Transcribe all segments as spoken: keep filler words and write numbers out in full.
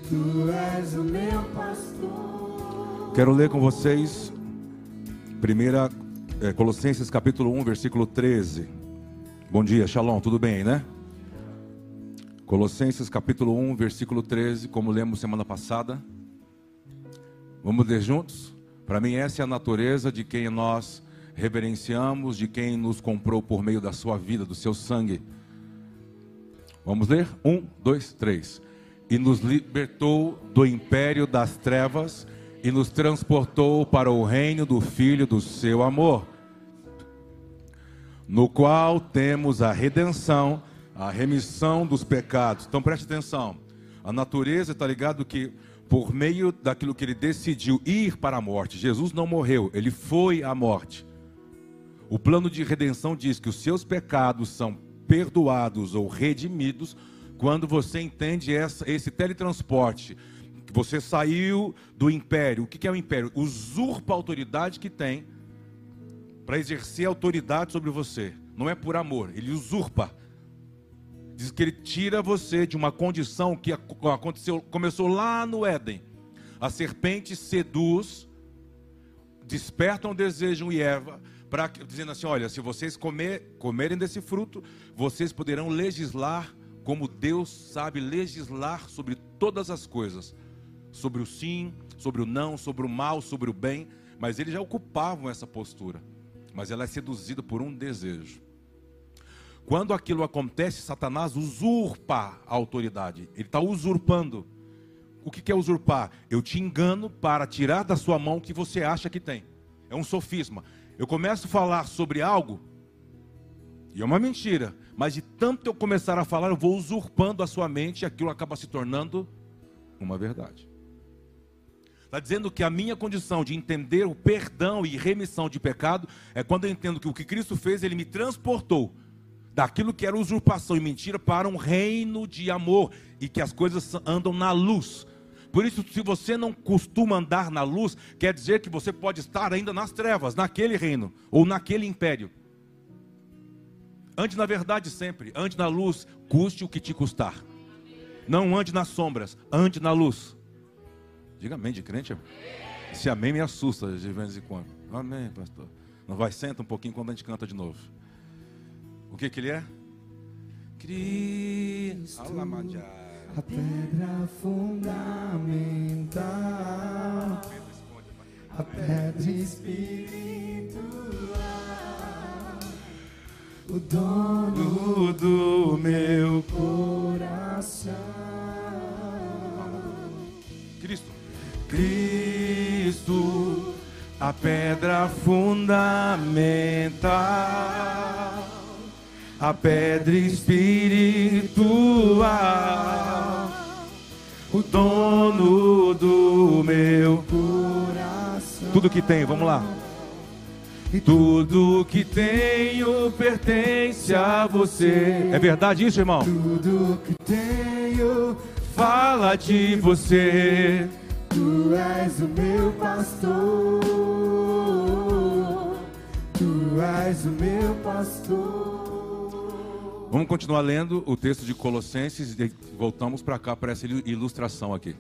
Tu és o meu pastor. Quero ler com vocês primeira é, Colossenses capítulo um, versículo treze. Bom dia, Shalom, tudo bem aí, né? Colossenses capítulo um, versículo treze, como lemos semana passada. Vamos ler juntos? Para mim essa é a natureza de quem nós reverenciamos, de quem nos comprou por meio da sua vida, do seu sangue. Vamos ler? Um, dois, três. E nos libertou do império das trevas e nos transportou para o reino do Filho do seu amor, no qual temos a redenção, a remissão dos pecados. Então preste atenção, a natureza está ligado que por meio daquilo que ele decidiu ir para a morte, Jesus não morreu, ele foi à morte. O plano de redenção diz que os seus pecados são perdoados ou redimidos quando você entende essa, esse teletransporte. Você saiu do império. O que é o império? Usurpa a autoridade que tem para exercer autoridade sobre você. Não é por amor, ele usurpa. Diz que ele tira você de uma condição que aconteceu, começou lá no Éden. A serpente seduz, despertam desejo em Eva, pra, dizendo assim, olha, se vocês comer, comerem desse fruto, vocês poderão legislar como Deus sabe legislar sobre todas as coisas. Sobre o sim, sobre o não, sobre o mal, sobre o bem. Mas eles já ocupavam essa postura. Mas ela é seduzida por um desejo. Quando aquilo acontece, Satanás usurpa a autoridade. Ele está usurpando. O que é usurpar? Eu te engano para tirar da sua mão o que você acha que tem. É um sofisma. Eu começo a falar sobre algo, e é uma mentira. Mas de tanto eu começar a falar, eu vou usurpando a sua mente, e aquilo acaba se tornando uma verdade. Está dizendo que a minha condição de entender o perdão e remissão de pecado é quando eu entendo que o que Cristo fez, Ele me transportou daquilo que era usurpação e mentira para um reino de amor e que as coisas andam na luz. Por isso, se você não costuma andar na luz, quer dizer que você pode estar ainda nas trevas, naquele reino ou naquele império. Ande na verdade sempre, ande na luz, custe o que te custar. Não ande nas sombras, ande na luz. Diga amém de crente, irmão. Esse amém me assusta de vez em quando. Amém, pastor. Não vai, senta um pouquinho quando a gente canta de novo. O que que ele é? Cristo, a pedra fundamental, a pedra espiritual, o dono do meu coração. Cristo. Cristo, a pedra fundamental, a pedra espiritual, o dono do meu coração. Tudo que tem, vamos lá. E tudo que tenho pertence a você. É verdade isso, irmão? Tudo que tenho fala de você. Tu és o meu pastor. Tu és o meu pastor. Vamos continuar lendo o texto de Colossenses e voltamos para cá, para essa ilustração aqui.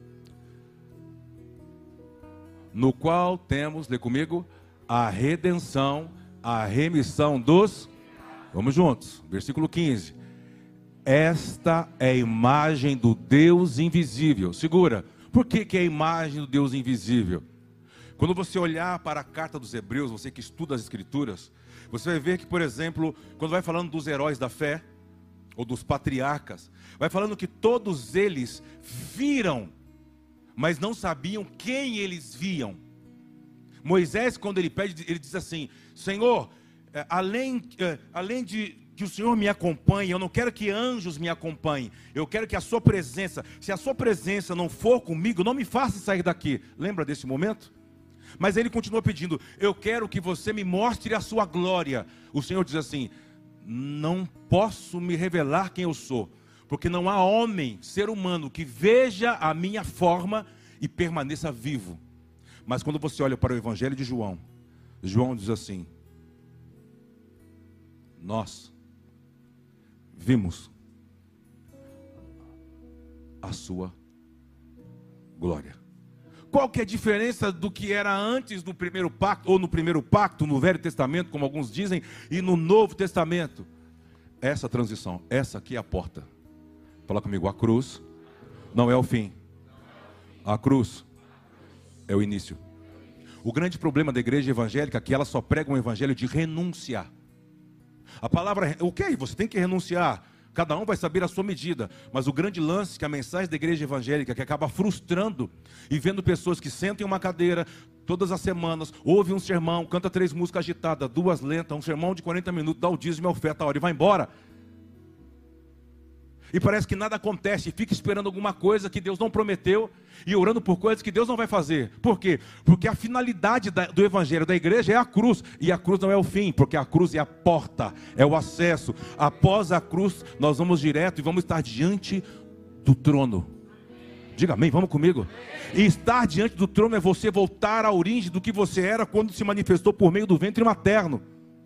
No qual temos, lê comigo, a redenção, a remissão dos... Vamos juntos, versículo quinze. Esta é a imagem do Deus invisível. Segura. Por que que é a imagem do Deus invisível? Quando você olhar para a carta dos Hebreus, você que estuda as Escrituras, você vai ver que, por exemplo, quando vai falando dos heróis da fé, ou dos patriarcas, vai falando que todos eles viram, mas não sabiam quem eles viam. Moisés, quando ele pede, ele diz assim, Senhor, além, além de que o Senhor me acompanhe, eu não quero que anjos me acompanhem, eu quero que a sua presença, se a sua presença não for comigo, não me faça sair daqui. Lembra desse momento? Mas ele continua pedindo, eu quero que você me mostre a sua glória. O Senhor diz assim, não posso me revelar quem eu sou, porque não há homem, ser humano, que veja a minha forma e permaneça vivo. Mas quando você olha para o Evangelho de João, João diz assim, nós vimos a sua glória. Qual que é a diferença do que era antes do primeiro pacto, ou no primeiro pacto, no Velho Testamento, como alguns dizem, e no Novo Testamento? Essa transição, essa aqui é a porta. Fala comigo, a cruz não é o fim. A cruz é o início. O grande problema da igreja evangélica é que ela só prega um evangelho de renúncia. A palavra, o que? Você tem que renunciar. Cada um vai saber a sua medida. Mas o grande lance que a mensagem da igreja evangélica, que acaba frustrando e vendo pessoas que sentam em uma cadeira todas as semanas, ouve um sermão, canta três músicas agitadas, duas lentas, um sermão de quarenta minutos, dá o dízimo e a oferta a hora e vai embora. E parece que nada acontece, e fica esperando alguma coisa que Deus não prometeu, e orando por coisas que Deus não vai fazer. Por quê? Porque a finalidade da, do evangelho da igreja é a cruz, e a cruz não é o fim, porque a cruz é a porta, é o acesso. Após a cruz, nós vamos direto e vamos estar diante do trono. Diga amém, vamos comigo. E estar diante do trono é você voltar à origem do que você era quando se manifestou por meio do ventre materno.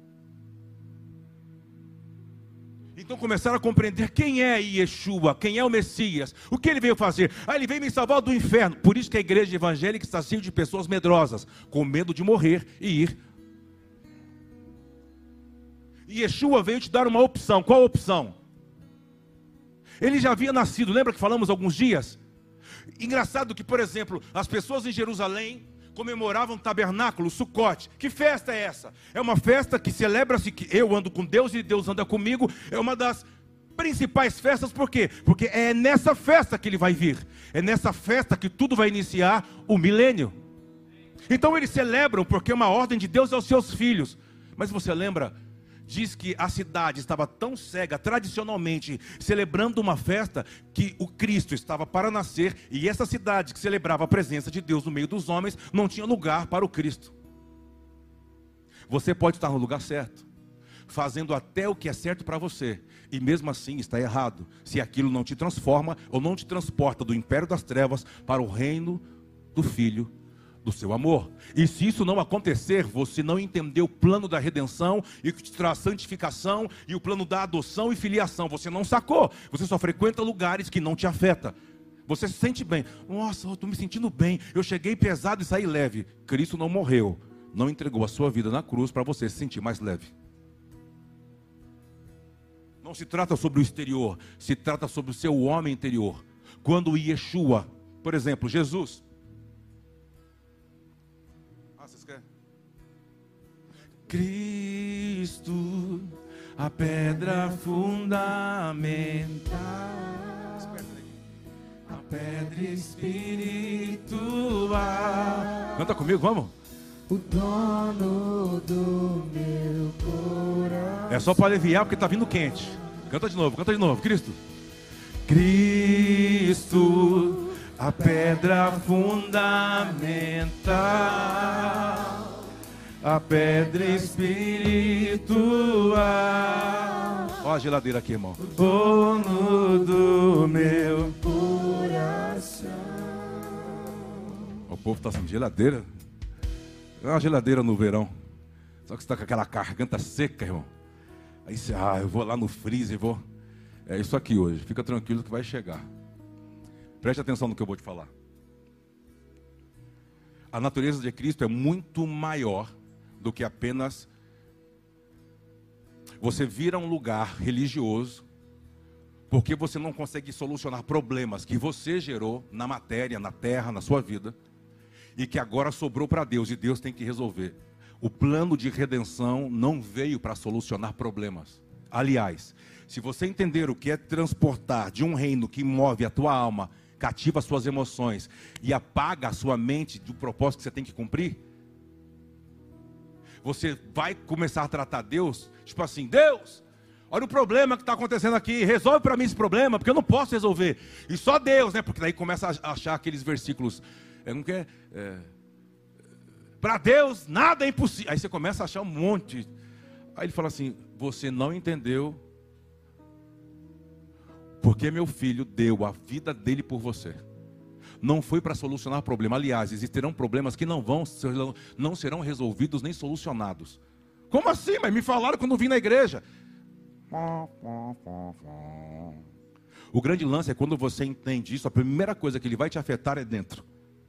Então começaram a compreender quem é Yeshua, quem é o Messias, o que ele veio fazer. Ah, ele veio me salvar do inferno. Por isso que a igreja evangélica está cheia de pessoas medrosas, com medo de morrer e ir. E Yeshua veio te dar uma opção. Qual a opção? Ele já havia nascido, lembra que falamos alguns dias? Engraçado que, por exemplo, as pessoas em Jerusalém comemoravam o tabernáculo, Sucote. Que festa é essa? É uma festa que celebra-se que eu ando com Deus e Deus anda comigo. É uma das principais festas, por quê? Porque é nessa festa que ele vai vir. É nessa festa que tudo vai iniciar o milênio. Então eles celebram porque é uma ordem de Deus aos seus filhos. Mas você lembra? Diz que a cidade estava tão cega, tradicionalmente, celebrando uma festa, que o Cristo estava para nascer, e essa cidade que celebrava a presença de Deus no meio dos homens, não tinha lugar para o Cristo. Você pode estar no lugar certo, fazendo até o que é certo para você, e mesmo assim está errado, se aquilo não te transforma, ou não te transporta do império das trevas, para o reino do Filho do seu amor. E se isso não acontecer, você não entendeu o plano da redenção e que te traz santificação e o plano da adoção e filiação. Você não sacou. Você só frequenta lugares que não te afetam. Você se sente bem. Nossa, eu estou me sentindo bem. Eu cheguei pesado e saí leve. Cristo não morreu. Não entregou a sua vida na cruz para você se sentir mais leve. Não se trata sobre o exterior. Se trata sobre o seu homem interior. Quando Yeshua, por exemplo, Jesus... Cristo, a pedra fundamental, a pedra espiritual. Canta comigo, vamos. O dono do meu coração. É só para aliviar porque está vindo quente. Canta de novo, canta de novo, Cristo. Cristo, a pedra fundamental, a pedra espiritual. Olha a geladeira aqui, irmão. Dono do meu coração. O povo está sem geladeira. É uma geladeira no verão. Só que você está com aquela garganta seca, irmão. Aí você, ah, eu vou lá no freezer e vou. É isso aqui hoje. Fica tranquilo que vai chegar. Preste atenção no que eu vou te falar. A natureza de Cristo é muito maior do que apenas você vir a um lugar religioso porque você não consegue solucionar problemas que você gerou na matéria, na terra, na sua vida, e que agora sobrou para Deus e Deus tem que resolver. O plano de redenção não veio para solucionar problemas. Aliás, se você entender o que é transportar de um reino que move a tua alma, cativa as suas emoções e apaga a sua mente do propósito que você tem que cumprir, você vai começar a tratar Deus, tipo assim, Deus, olha o problema que está acontecendo aqui, resolve para mim esse problema, porque eu não posso resolver. E só Deus, né? Porque daí começa a achar aqueles versículos, é, não quer, é, para Deus nada é impossível. Aí você começa a achar um monte. Aí ele fala assim, você não entendeu, porque meu filho deu a vida dele por você. Não foi para solucionar problema. Aliás, existirão problemas que não vão, não serão resolvidos nem solucionados. Como assim? Mas me falaram quando vim na igreja. O grande lance é quando você entende isso, a primeira coisa que ele vai te afetar é dentro.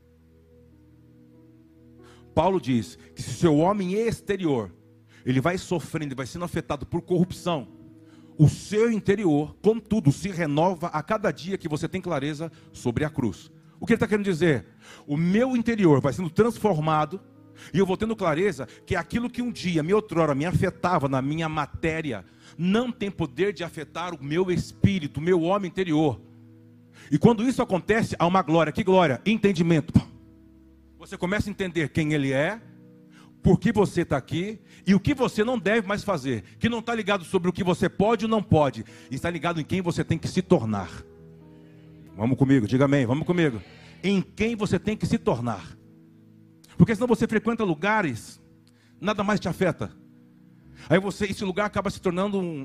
Paulo diz que se o seu homem exterior, ele vai sofrendo, vai sendo afetado por corrupção, o seu interior, contudo, se renova a cada dia que você tem clareza sobre a cruz. O que ele está querendo dizer? O meu interior vai sendo transformado, e eu vou tendo clareza que aquilo que um dia, me outrora, me afetava na minha matéria, não tem poder de afetar o meu espírito, o meu homem interior. E quando isso acontece, há uma glória. Que glória? Entendimento. Você começa a entender quem ele é, por que você está aqui e o que você não deve mais fazer. Que não está ligado sobre o que você pode ou não pode, está ligado em quem você tem que se tornar. Vamos comigo, diga amém, vamos comigo. Em quem você tem que se tornar. Porque senão você frequenta lugares, nada mais te afeta. Aí você, esse lugar acaba se tornando um,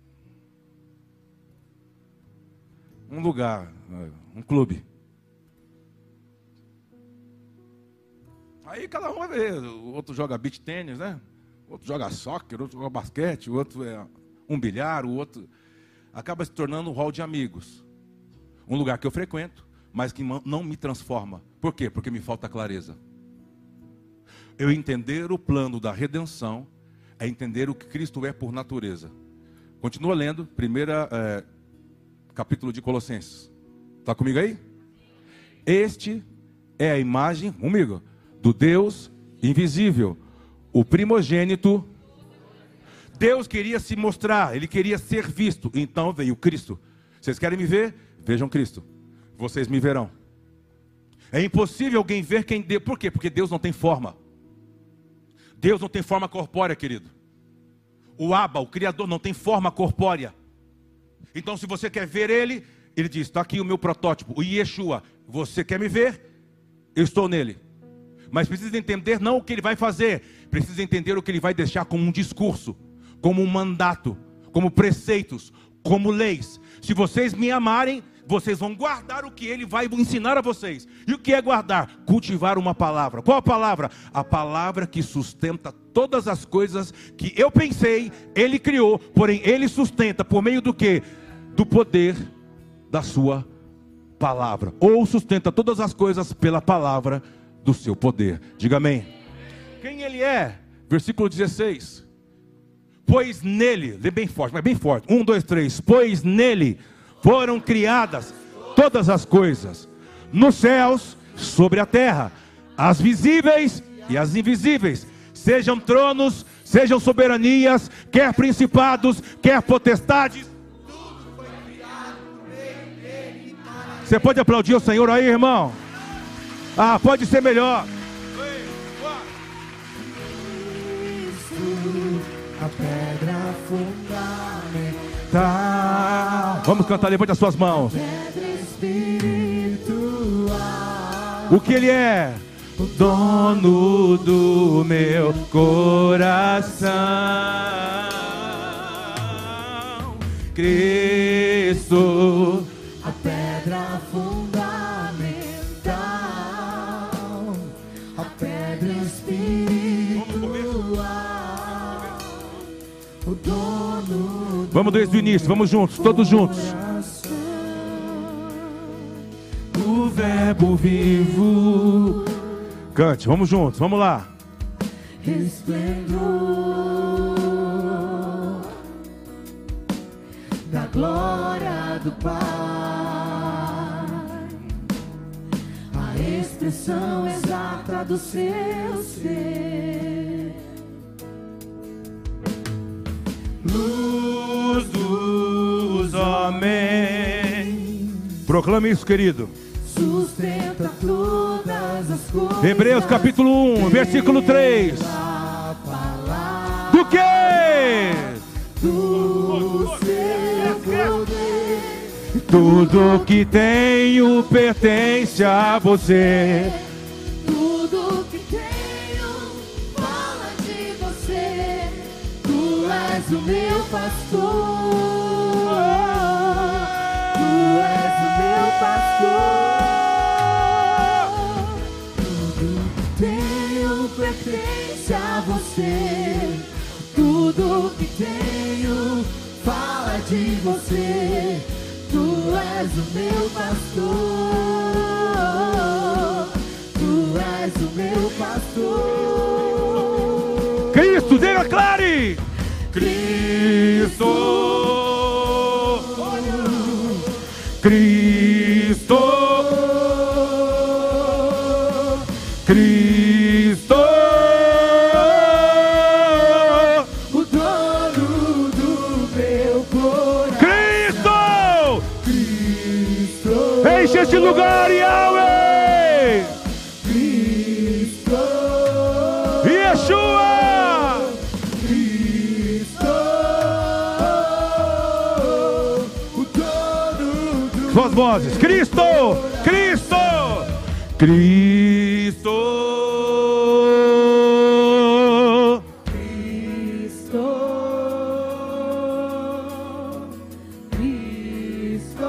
um lugar, um clube. Aí cada um vai ver, o outro joga beach tênis, né? O outro joga soccer, o outro joga basquete, o outro é um bilhar, o outro... Acaba se tornando um hall de amigos. Um lugar que eu frequento, mas que não me transforma. Por quê? Porque me falta clareza. Eu entender o plano da redenção é entender o que Cristo é por natureza. Continua lendo, primeira é, capítulo de Colossenses. Está comigo aí? Este é a imagem, comigo, do Deus invisível, o primogênito. Deus queria se mostrar, ele queria ser visto, então veio Cristo. Vocês querem me ver? Vejam Cristo, vocês me verão. É impossível alguém ver quem Deus... Por quê? Porque Deus não tem forma. Deus não tem forma corpórea, querido. O Abba, o Criador, não tem forma corpórea. Então se você quer ver ele, ele diz, está aqui o meu protótipo, o Yeshua. Você quer me ver? Eu estou nele. Mas precisa entender não o que ele vai fazer, precisa entender o que ele vai deixar como um discurso, como um mandato, como preceitos, como leis. Se vocês me amarem, vocês vão guardar o que ele vai ensinar a vocês. E o que é guardar? Cultivar uma palavra. Qual a palavra? A palavra que sustenta todas as coisas que eu pensei, ele criou, porém ele sustenta por meio do quê? Do poder da sua palavra. Ou sustenta todas as coisas pela palavra do seu poder. Diga amém. Quem ele é? Versículo dezesseis. Pois nele, lê bem forte, mas bem forte. Um, dois, três. Pois nele foram criadas todas as coisas, nos céus, sobre a terra, as visíveis e as invisíveis, sejam tronos, sejam soberanias, quer principados, quer potestades. Tudo foi criado no meio dele e para ele. Você pode aplaudir o Senhor aí, irmão? Ah, pode ser melhor. A pedra fundamental. Vamos cantar, levante as suas mãos. Pedra espiritual. O que ele é? O dono do meu coração. Cristo. A pedra fundamental. A pedra espiritual. O dono. Vamos desde o início, vamos juntos, todos juntos. O verbo vivo. Cante, vamos juntos, vamos lá. Esplendor da glória do Pai, a expressão exata do seu ser. Luz dos homens. Proclame isso, querido. Sustenta todas as coisas. Hebreus capítulo um, versículo três. Do que? Do seu poder. Tudo que tenho pertence a você. Tudo que tenho fala de você. Tu és o meu pastor. Tu és o meu pastor. Tudo que tenho pertence a você. Tudo que tenho fala de você. Tu és és o meu pastor, tu és o meu pastor. Cristo, declare! Cristo, Cristo, Cristo, o dono do meu coração. Cristo, Cristo, enche este lugar, Yahweh! Cristo, Yeshua! Suas vozes, Cristo, Cristo, Cristo, Cristo, Cristo,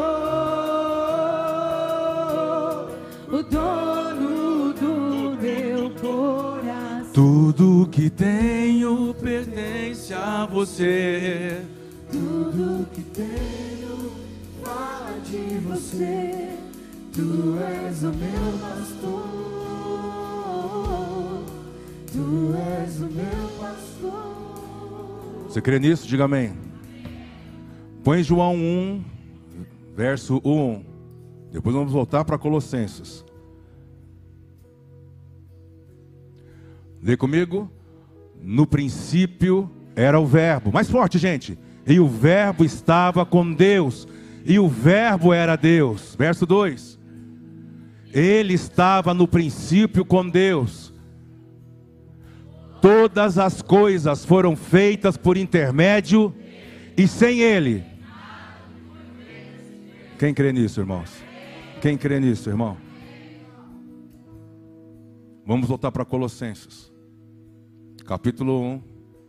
o dono do meu coração. tudo que tenho pertence a você. Tudo que tenho fala de você. Tu és o meu pastor. Tu és o meu pastor. Você crê nisso? Diga amém. Põe João um, verso um. Depois vamos voltar para Colossenses. Lê comigo. No princípio era o verbo. Mais forte, gente. E o verbo estava com Deus. E o verbo era Deus. Verso dois. Ele estava no princípio com Deus. Todas as coisas foram feitas por intermédio. E sem Ele. Quem crê nisso, irmãos? Quem crê nisso, irmão? Vamos voltar para Colossenses. Capítulo um.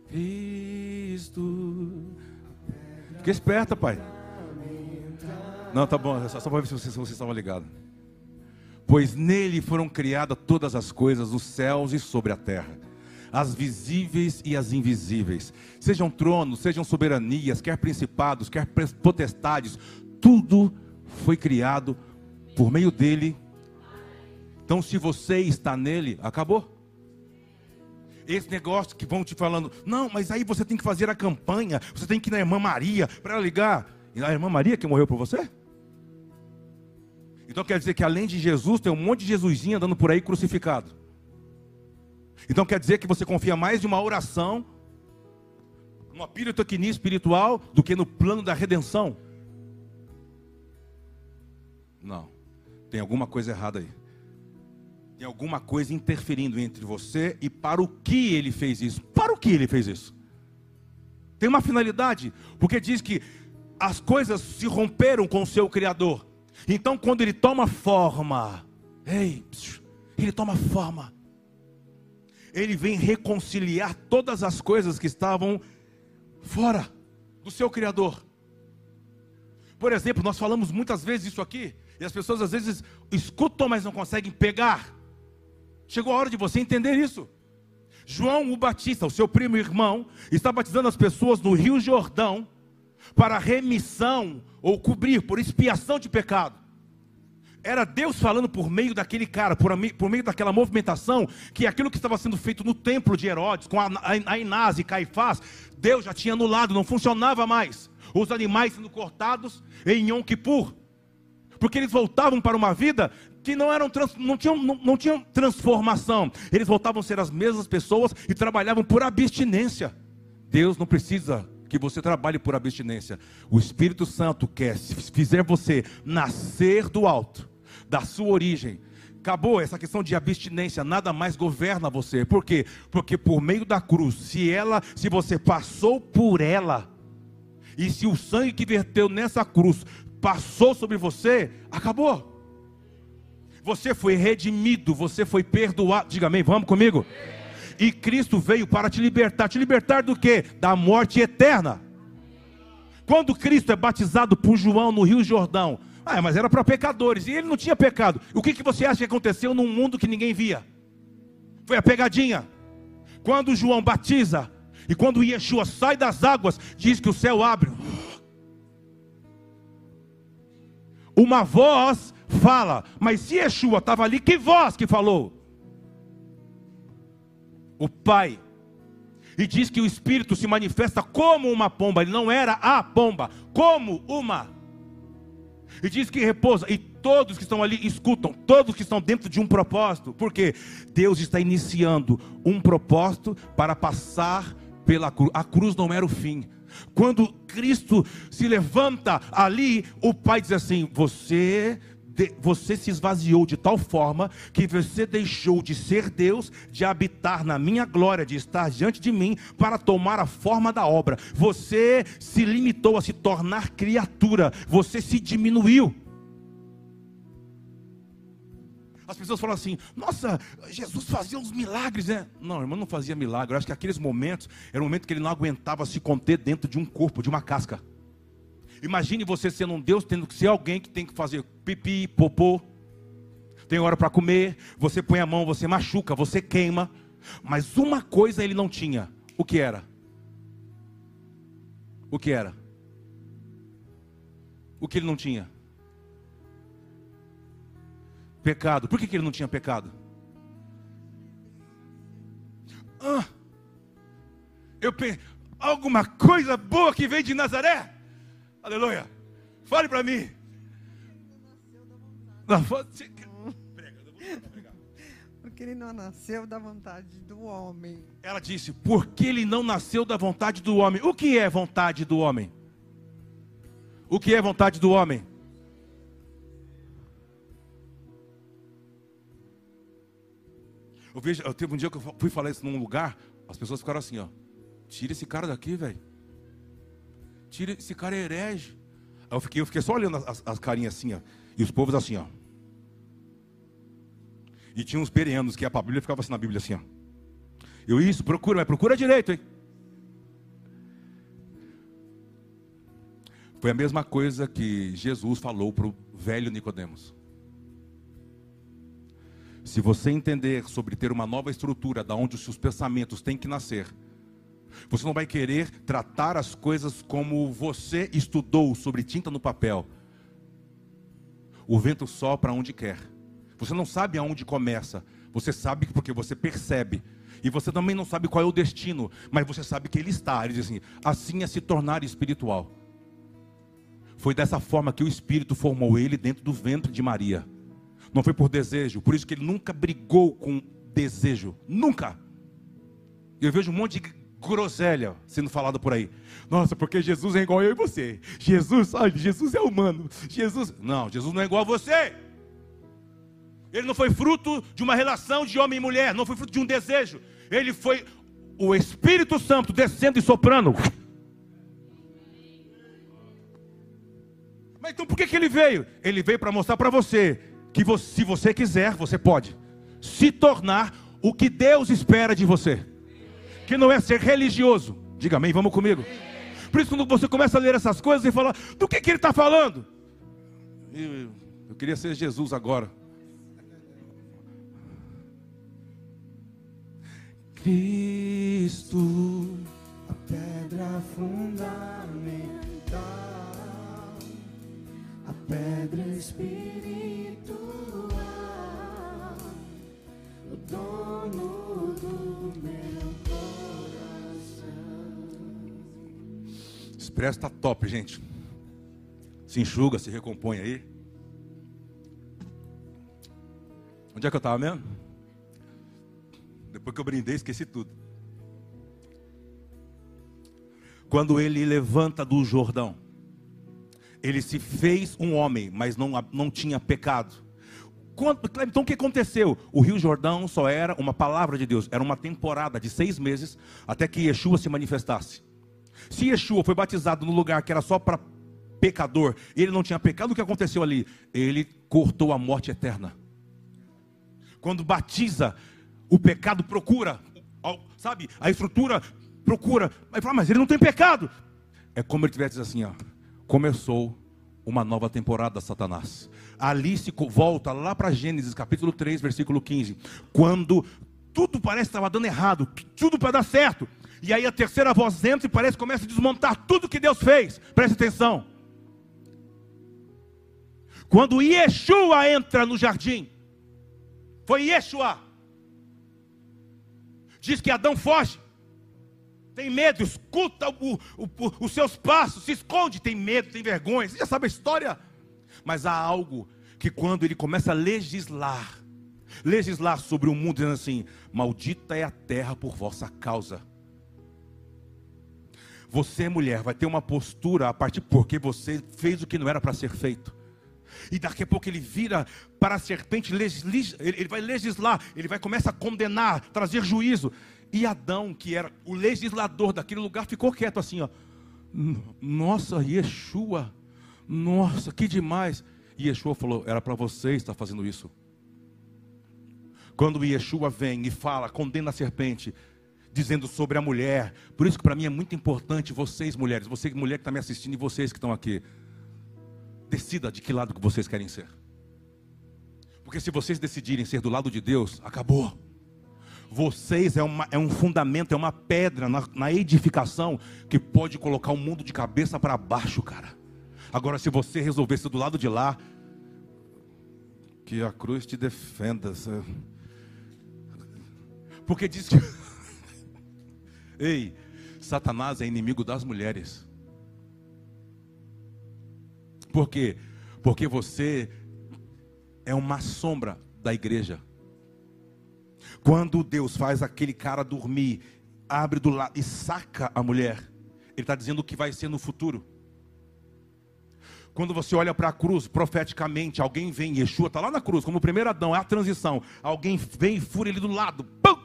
Cristo. Fique esperta, pai. Não, tá bom, só, só para ver se vocês, se vocês estavam ligados. Pois nele foram criadas todas as coisas, os céus e sobre a terra, as visíveis e as invisíveis, sejam tronos, sejam soberanias, quer principados, quer potestades, tudo foi criado por meio dele. Então, se você está nele, acabou. Esse negócio que vão te falando, não, mas aí você tem que fazer a campanha, você tem que ir na irmã Maria para ela ligar. E a irmã Maria que morreu por você? Então quer dizer que além de Jesus, tem um monte de Jesusinho andando por aí crucificado. Então quer dizer que você confia mais em uma oração, numa pirotecnia espiritual, do que no plano da redenção? Não, tem alguma coisa errada aí. Tem alguma coisa interferindo entre você e para o que ele fez isso. Para o que ele fez isso? Tem uma finalidade, porque diz que as coisas se romperam com o seu Criador. Então quando ele toma forma, ei, ele toma forma, ele vem reconciliar todas as coisas que estavam fora do seu Criador. Por exemplo, nós falamos muitas vezes isso aqui, e as pessoas às vezes escutam, mas não conseguem pegar. Chegou a hora de você entender isso. João o Batista, o seu primo e irmão, está batizando as pessoas no Rio Jordão, para remissão, ou cobrir, por expiação de pecado. Era Deus falando por meio daquele cara, por, por meio daquela movimentação, que aquilo que estava sendo feito no templo de Herodes, com Ainás e Caifás, Deus já tinha anulado, não funcionava mais. Os animais sendo cortados em Yom Kippur, porque eles voltavam para uma vida que não, eram, não, tinham, não, não tinham transformação. Eles voltavam a ser as mesmas pessoas e trabalhavam por abstinência. Deus não precisa que você trabalhe por abstinência. O Espírito Santo quer, se fizer você nascer do alto, da sua origem, acabou essa questão de abstinência, nada mais governa você. Por quê? Porque por meio da cruz, se ela, se você passou por ela, e se o sangue que verteu nessa cruz passou sobre você, acabou. Você foi redimido, você foi perdoado. Diga amém, vamos comigo? E Cristo veio para te libertar. Te libertar do quê? Da morte eterna. Quando Cristo é batizado por João no Rio Jordão, ah, mas era para pecadores, e ele não tinha pecado. O que, que você acha que aconteceu num mundo que ninguém via? Foi a pegadinha. Quando João batiza, e quando Yeshua sai das águas, diz que o céu abre. uma voz fala. Mas se Yeshua estava ali, que voz que falou? O Pai. E diz que o Espírito se manifesta como uma pomba. Ele não era a pomba, como uma. E diz que repousa. E todos que estão ali escutam. Todos que estão dentro de um propósito. Porque Deus está iniciando um propósito para passar pela cruz. A cruz não era o fim. Quando Cristo se levanta ali, o Pai diz assim: Você... Você se esvaziou de tal forma que você deixou de ser Deus, de habitar na minha glória, de estar diante de mim para tomar a forma da obra. Você se limitou a se tornar criatura. Você se diminuiu. As pessoas falam assim: nossa, Jesus fazia uns milagres, né? Não, irmão, não fazia milagre. Eu acho que aqueles momentos era um momento que ele não aguentava se conter dentro de um corpo, de uma casca. Imagine você sendo um Deus, tendo que ser alguém que tem que fazer pipi, popô. Tem hora para comer. Você põe a mão, você machuca, você queima. Mas uma coisa ele não tinha. O que era? O que era? O que ele não tinha? Pecado. Por que, que ele não tinha pecado? Ah, eu penso, alguma coisa boa que vem de Nazaré? Aleluia. Fale para mim. Não, porque ele não nasceu da vontade do homem. Ela disse: porque ele não nasceu da vontade do homem. O que é vontade do homem? O que é vontade do homem? Eu vejo, eu teve um dia que eu fui falar isso num lugar, as pessoas ficaram assim, ó: tira esse cara daqui, velho. Tira, esse cara é herege. Aí eu fiquei, eu fiquei só olhando as, as carinhas assim, ó. E os povos assim, ó. E tinha uns bereanos que a Bíblia ficava assim na Bíblia assim, ó. Eu, isso, procura, mas procura direito, hein. Foi a mesma coisa que Jesus falou para o velho Nicodemos. Se você entender sobre ter uma nova estrutura, da onde os seus pensamentos têm que nascer, você não vai querer tratar as coisas como você estudou sobre tinta no papel. O vento sopra onde quer. Você não sabe aonde começa. Você sabe porque você percebe. E você também não sabe qual é o destino. Mas você sabe que ele está. Ele diz assim: assim é se tornar espiritual. Foi dessa forma que o Espírito formou ele dentro do ventre de Maria. Não foi por desejo. Por isso que ele nunca brigou com desejo. Nunca. Eu vejo um monte de groselha sendo falado por aí. Nossa, porque Jesus é igual eu e você. Jesus, olha, Jesus é humano. Jesus, não, Jesus não é igual a você. Ele não foi fruto de uma relação de homem e mulher. Não foi fruto de um desejo. Ele foi o Espírito Santo descendo e soprando. Mas então por que que ele veio? Ele veio para mostrar para você que você, se você quiser, você pode se tornar o que Deus espera de você. Que não é ser religioso. Diga amém, vamos comigo. Por isso quando você começa a ler essas coisas e falar: do que que ele está falando? Eu, eu queria ser Jesus agora. Cristo, a pedra fundamental, a pedra espiritual, o dono do meu coração. Esse preço está top, gente. Se enxuga, se recompõe aí. Onde é que eu estava mesmo? Depois que eu brindei, esqueci tudo. Quando ele levanta do Jordão, ele se fez um homem, mas não, não tinha pecado. Então o que aconteceu? O Rio Jordão só era uma palavra de Deus. Era uma temporada de seis meses até que Yeshua se manifestasse. Se Yeshua foi batizado no lugar que era só para pecador, ele não tinha pecado, o que aconteceu ali? Ele cortou a morte eterna. Quando batiza, o pecado procura, sabe? A estrutura procura. Mas fala: mas ele não tem pecado. É como ele tivesse assim, ó. Começou uma nova temporada, Satanás. Ali se volta lá para Gênesis capítulo três, versículo quinze. Quando tudo parece que estava dando errado, tudo para dar certo. E aí a terceira voz entra e parece que começa a desmontar tudo que Deus fez. Preste atenção. Quando Yeshua entra no jardim, foi Yeshua. Diz que Adão foge, tem medo, escuta o, o, o, os seus passos, se esconde, tem medo, tem vergonha. Você já sabe a história. Mas há algo que quando ele começa a legislar, legislar sobre o mundo, dizendo assim: maldita é a terra por vossa causa. Você, mulher, vai ter uma postura a partir porque você fez o que não era para ser feito. E daqui a pouco ele vira para a serpente, ele vai legislar, ele vai começar a condenar, trazer juízo. E Adão, que era o legislador daquele lugar, ficou quieto assim, ó. Nossa, Yeshua, nossa, que demais. E Yeshua falou: era para você estar fazendo isso. Quando Yeshua vem e fala, condena a serpente, dizendo sobre a mulher. Por isso que para mim é muito importante, vocês mulheres, você mulher que está me assistindo e vocês que estão aqui, decida de que lado que vocês querem ser. Porque se vocês decidirem ser do lado de Deus, acabou. Vocês é, uma, é um fundamento, é uma pedra na, na edificação que pode colocar o mundo de cabeça para baixo, cara. Agora, se você resolver ser do lado de lá, que a cruz te defenda. Porque diz que ei, Satanás é inimigo das mulheres. Por quê? Porque você é uma sombra da igreja. Quando Deus faz aquele cara dormir, abre do lado e saca a mulher, Ele está dizendo o que vai ser no futuro. Quando você olha para a cruz, profeticamente, alguém vem, Yeshua está lá na cruz, como o primeiro Adão, é a transição. Alguém vem e fura ele do lado, pum!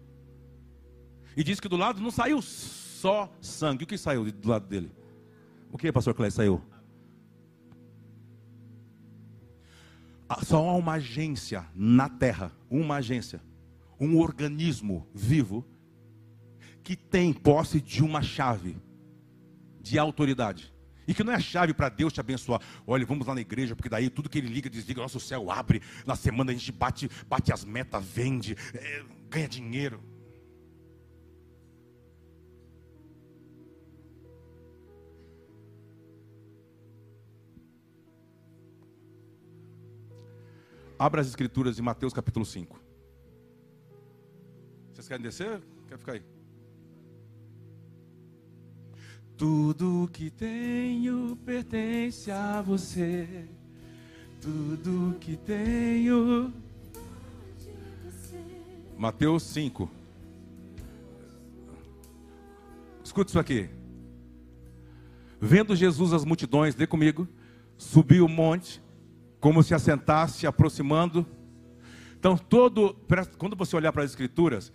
E diz que do lado não saiu só sangue. O que saiu do lado dele? O que, pastor Cléber, saiu? Só há uma agência na terra, uma agência, um organismo vivo, que tem posse de uma chave de autoridade. E que não é chave para Deus te abençoar. Olha, vamos lá na igreja, porque daí tudo que ele liga, desliga, nosso céu abre. Na semana a gente bate, bate as metas, vende, é, ganha dinheiro. Abra as escrituras em Mateus capítulo cinco. Vocês querem descer? Quer ficar aí? Tudo que tenho pertence a você. Tudo que tenho. Mateus cinco. Escuta isso aqui. Vendo Jesus as multidões, lê comigo, subiu o monte, como se assentasse, se aproximando. Então, todo, quando você olhar para as escrituras,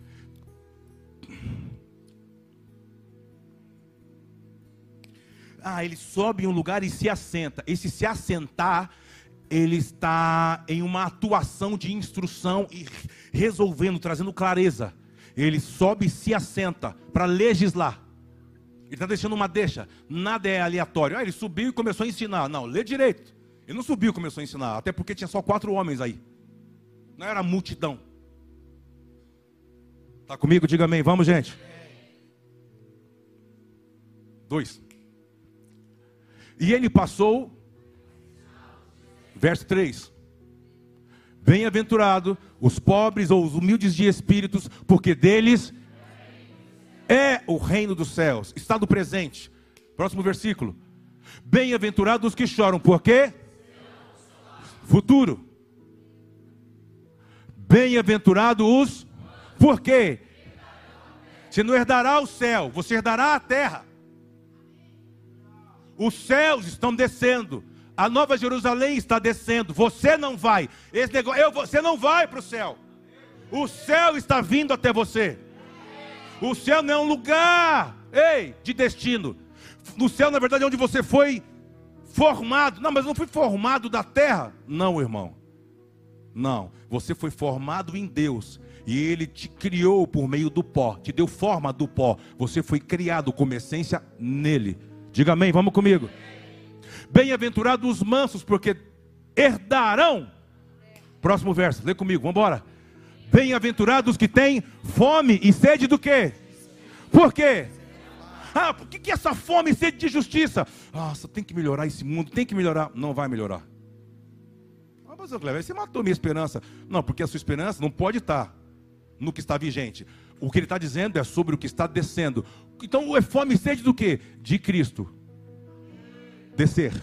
ah, ele sobe em um lugar e se assenta. Esse se assentar, ele está em uma atuação de instrução e resolvendo, trazendo clareza. Ele sobe e se assenta para legislar. Ele está deixando uma deixa. Nada é aleatório. Ah, ele subiu e começou a ensinar. Não, lê direito. Ele não subiu e começou a ensinar. Até porque tinha só quatro homens aí. Não era multidão. Está comigo? Diga amém. Vamos, gente. Dois. E ele passou, verso três. Bem-aventurado os pobres ou os humildes de espíritos, porque deles é o reino dos céus. Está no presente. Próximo versículo. Bem-aventurados os que choram, por quê? Futuro. Bem-aventurados os, por quê? Você não herdará o céu, você herdará a terra. Os céus estão descendo, a Nova Jerusalém está descendo. Você não vai. Esse negócio, eu, você não vai para o céu. O céu está vindo até você. O céu não é um lugar, ei, de destino. No céu, na verdade, é onde você foi formado. Não, mas não fui formado da terra. Não, irmão. Não, você foi formado em Deus. E Ele te criou por meio do pó. Te deu forma do pó. Você foi criado como essência nele. Diga amém, vamos comigo. Bem-aventurados os mansos, porque herdarão. Próximo verso, lê comigo, vamos embora. Bem-aventurados que têm fome e sede do quê? Por quê? Ah, por que, que essa fome e sede de justiça? Nossa, tem que melhorar esse mundo, tem que melhorar. Não vai melhorar. Mas, pastor Cleber, você matou minha esperança. Não, porque a sua esperança não pode estar no que está vigente. O que ele está dizendo é sobre o que está descendo. Então, é fome e sede do quê? De Cristo. Descer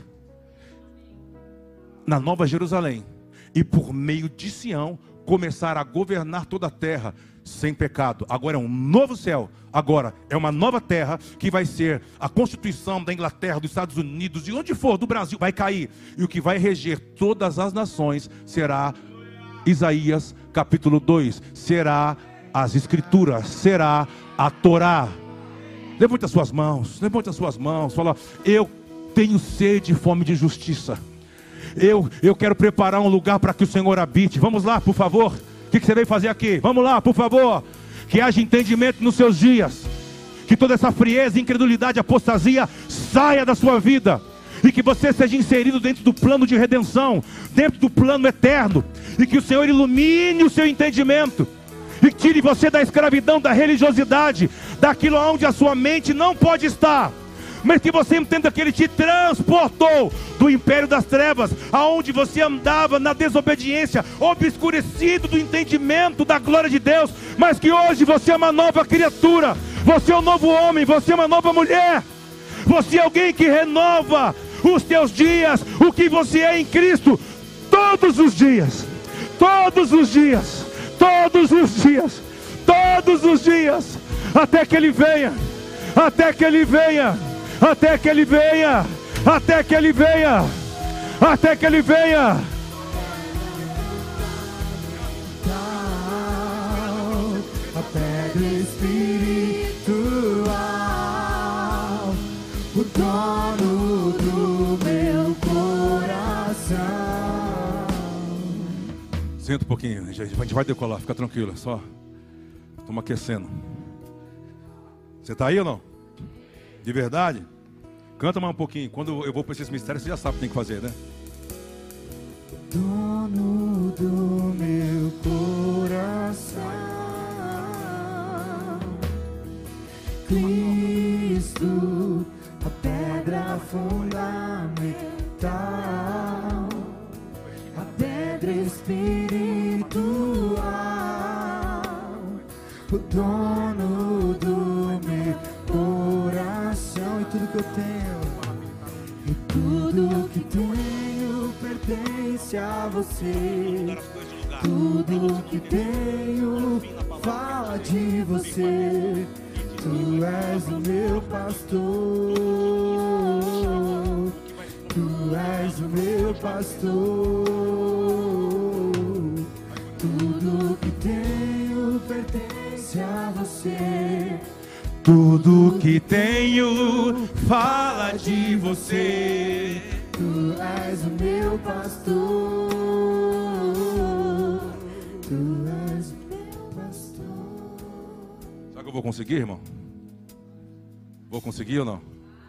na Nova Jerusalém. E por meio de Sião, começar a governar toda a terra sem pecado. Agora é um novo céu. Agora é uma nova terra que vai ser a constituição da Inglaterra, dos Estados Unidos, de onde for, do Brasil, vai cair. E o que vai reger todas as nações será Isaías capítulo dois. Será as Escrituras, será a Torá. Levante as suas mãos, levante as suas mãos. Fala, eu tenho sede e fome de justiça. Eu, eu quero preparar um lugar para que o Senhor habite. Vamos lá, por favor. O que, que você veio fazer aqui? Vamos lá, por favor. Que haja entendimento nos seus dias. Que toda essa frieza, incredulidade, apostasia saia da sua vida. E que você seja inserido dentro do plano de redenção, dentro do plano eterno. E que o Senhor ilumine o seu entendimento. E tire você da escravidão, da religiosidade, daquilo onde a sua mente não pode estar. Mas que você entenda que Ele te transportou do império das trevas, aonde você andava na desobediência, obscurecido do entendimento da glória de Deus, mas que hoje você é uma nova criatura, você é um novo homem, você é uma nova mulher, você é alguém que renova os teus dias, o que você é em Cristo, todos os dias, todos os dias, todos os dias, todos os dias, até que Ele venha, até que Ele venha. Até que Ele venha, até que Ele venha, até que Ele venha. A pedra espiritual, o dono do meu coração. Senta um pouquinho, a gente vai decolar, fica tranquilo, só estamos aquecendo. Você está aí ou não? De verdade? Canta mais um pouquinho. Quando eu vou para esses mistérios, você já sabe o que tem que fazer, né? Dono do meu coração, Cristo, a pedra fundamental, a pedra espiritual, o dono do meu coração. E tudo que eu tenho, e tudo que tenho pertence a você. Tudo que tenho fala de você. Tu és o meu pastor, tu és o meu pastor. Tudo que tenho pertence a você. Tudo que tenho fala de você. Tu és o meu pastor, tu és o meu pastor. Será que eu vou conseguir, irmão? Vou conseguir ou não?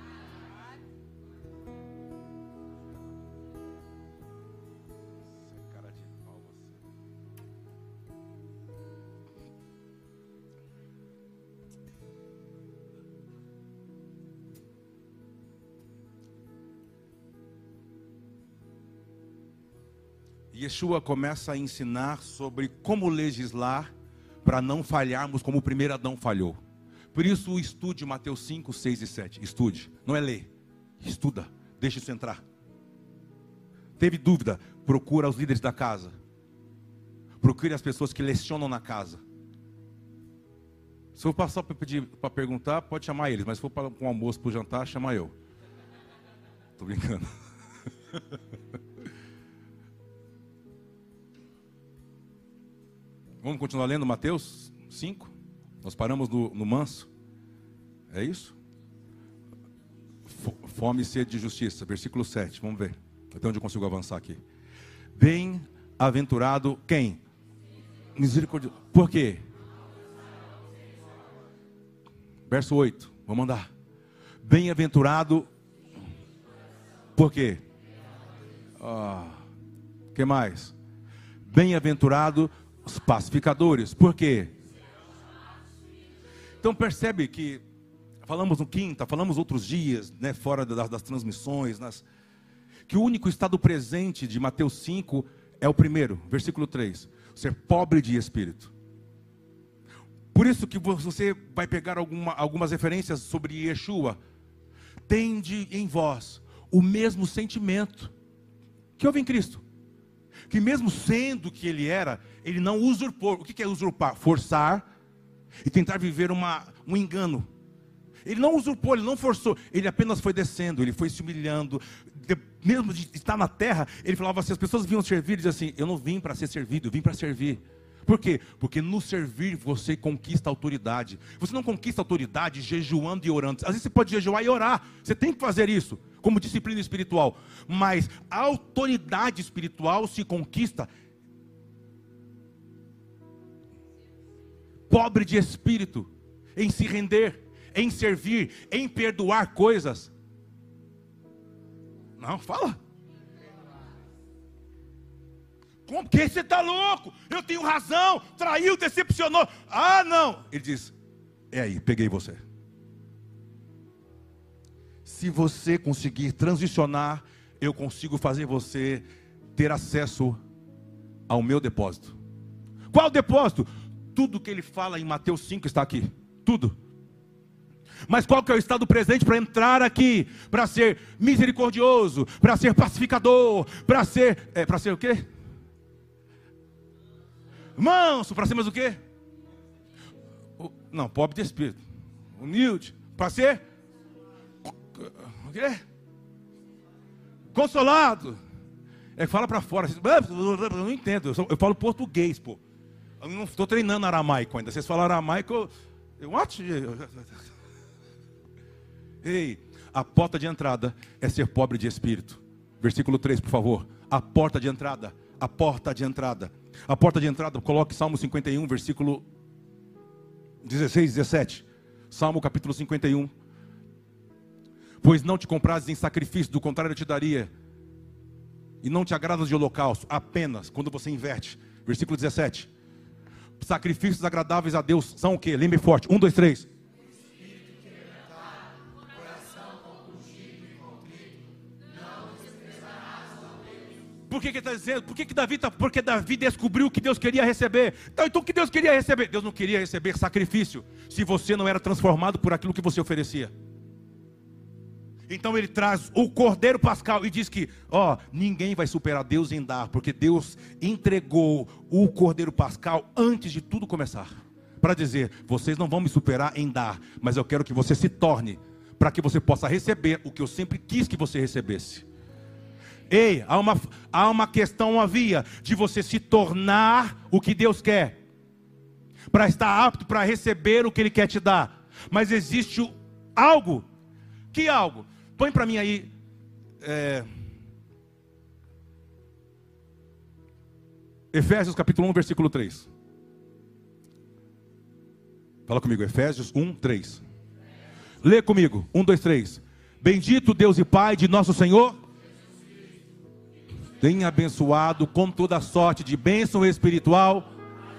Yeshua começa a ensinar sobre como legislar para não falharmos como o primeiro Adão falhou. Por isso estude Mateus cinco, seis e sete. Estude, não é ler. Estuda, deixa isso entrar. Teve dúvida? Procura os líderes da casa. Procure as pessoas que lecionam na casa. Se eu passar para pedir, para perguntar, pode chamar eles. Mas se for para um almoço, para o jantar, chama eu. Estou brincando. Vamos continuar lendo Mateus cinco? Nós paramos no, no manso. É isso? Fome e sede de justiça. Versículo sete. Vamos ver. Até onde eu consigo avançar aqui. Bem-aventurado quem? Misericórdia. Por quê? Verso oito. Vamos andar. Bem-aventurado. Por quê? Ah, que mais? Bem-aventurado os pacificadores. Por quê? Então percebe que falamos no quinta, falamos outros dias, né, fora das, das transmissões, nas, que o único estado presente de Mateus cinco é o primeiro, versículo três. Ser pobre de espírito. Por isso que você vai pegar alguma, algumas referências sobre Yeshua. Tende em vós o mesmo sentimento que houve em Cristo. Que mesmo sendo que ele era, ele não usurpou. O que é usurpar? Forçar e tentar viver uma, um engano. Ele não usurpou, ele não forçou. Ele apenas foi descendo, ele foi se humilhando. De, mesmo de estar na terra, ele falava assim, as pessoas vinham servir e diziam assim, eu não vim para ser servido, eu vim para servir. Por quê? Porque no servir você conquista autoridade. Você não conquista autoridade jejuando e orando. Às vezes você pode jejuar e orar. Você tem que fazer isso, como disciplina espiritual. Mas a autoridade espiritual se conquista pobre de espírito, em se render, em servir, em perdoar coisas. Não, fala. Como que você está louco? Eu tenho razão, traiu, decepcionou. Ah, não. Ele diz, é aí, peguei você. Se você conseguir transicionar, eu consigo fazer você ter acesso ao meu depósito. Qual depósito? Tudo que ele fala em Mateus cinco está aqui. Tudo. Mas qual que é o estado presente para entrar aqui? Para ser misericordioso, para ser pacificador, para ser... É, para ser o quê? Manso, para ser mais o quê? O, não, pobre de espírito. Humilde. Para ser? O quê? Consolado. É, fala para fora. Eu não entendo. Eu, sou, eu falo português, pô. Eu não estou treinando aramaico ainda. Vocês falam aramaico, eu... eu what? Ei, a porta de entrada é ser pobre de espírito. Versículo três, por favor. A porta de entrada. A porta de entrada. A porta de entrada, coloque Salmo cinquenta e um, versículo dezesseis, dezessete. Salmo capítulo cinquenta e um. Pois não te comprases em sacrifício, do contrário eu te daria. E não te agradas de holocausto, apenas quando você inverte. Versículo dezessete. Sacrifícios agradáveis a Deus são o quê? Lembre forte. Um, dois, três. Por que que está dizendo? Por que que Davi está? Porque Davi descobriu o que Deus queria receber. Então, então o que Deus queria receber? Deus não queria receber sacrifício se você não era transformado por aquilo que você oferecia. Então ele traz o Cordeiro Pascal e diz que, ó, ninguém vai superar Deus em dar, porque Deus entregou o Cordeiro Pascal antes de tudo começar. Para dizer, vocês não vão me superar em dar, mas eu quero que você se torne, para que você possa receber o que eu sempre quis que você recebesse. Ei, há uma, há uma questão, uma via de você se tornar o que Deus quer, para estar apto para receber o que Ele quer te dar. Mas existe algo, que algo? Põe para mim aí, é, Efésios capítulo um, versículo três. Fala comigo, Efésios um, três. Lê comigo, um, dois, três. Bendito Deus e Pai de nosso Senhor, tenha abençoado com toda sorte de bênção espiritual.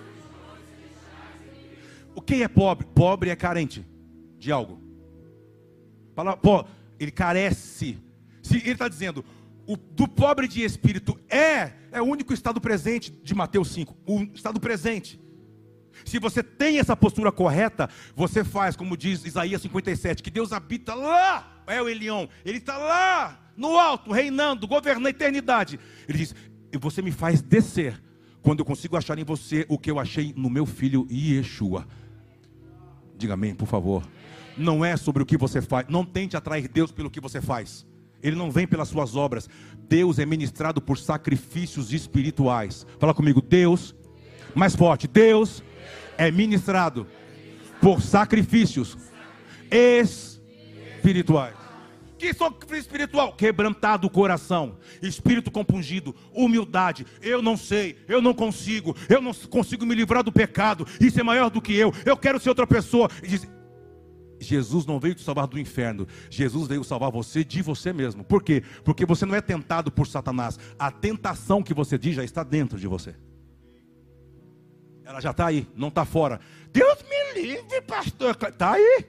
O que é pobre? Pobre é carente de algo. Fala, pô, ele carece. Se ele está dizendo, o, do pobre de espírito é, é o único estado presente de Mateus cinco. O estado presente. Se você tem essa postura correta, você faz, como diz Isaías cinquenta e sete, que Deus habita lá, é o Elion, Ele está lá, no alto, reinando, governando a eternidade. Ele diz, e você me faz descer, quando eu consigo achar em você o que eu achei no meu filho Yeshua. Diga amém, por favor. Não é sobre o que você faz, não tente atrair Deus pelo que você faz. Ele não vem pelas suas obras. Deus é ministrado por sacrifícios espirituais. Fala comigo, Deus, mais forte, Deus é ministrado por sacrifícios espirituais. Que sacrifício espiritual? Quebrantado o coração, espírito compungido, humildade. Eu não sei, eu não consigo, eu não consigo me livrar do pecado. Isso é maior do que eu. Eu quero ser outra pessoa. E diz, Jesus não veio te salvar do inferno. Jesus veio salvar você de você mesmo. Por quê? Porque você não é tentado por Satanás. A tentação que você diz já está dentro de você. Ela já está aí, não está fora. Deus me livre, pastor. Está aí.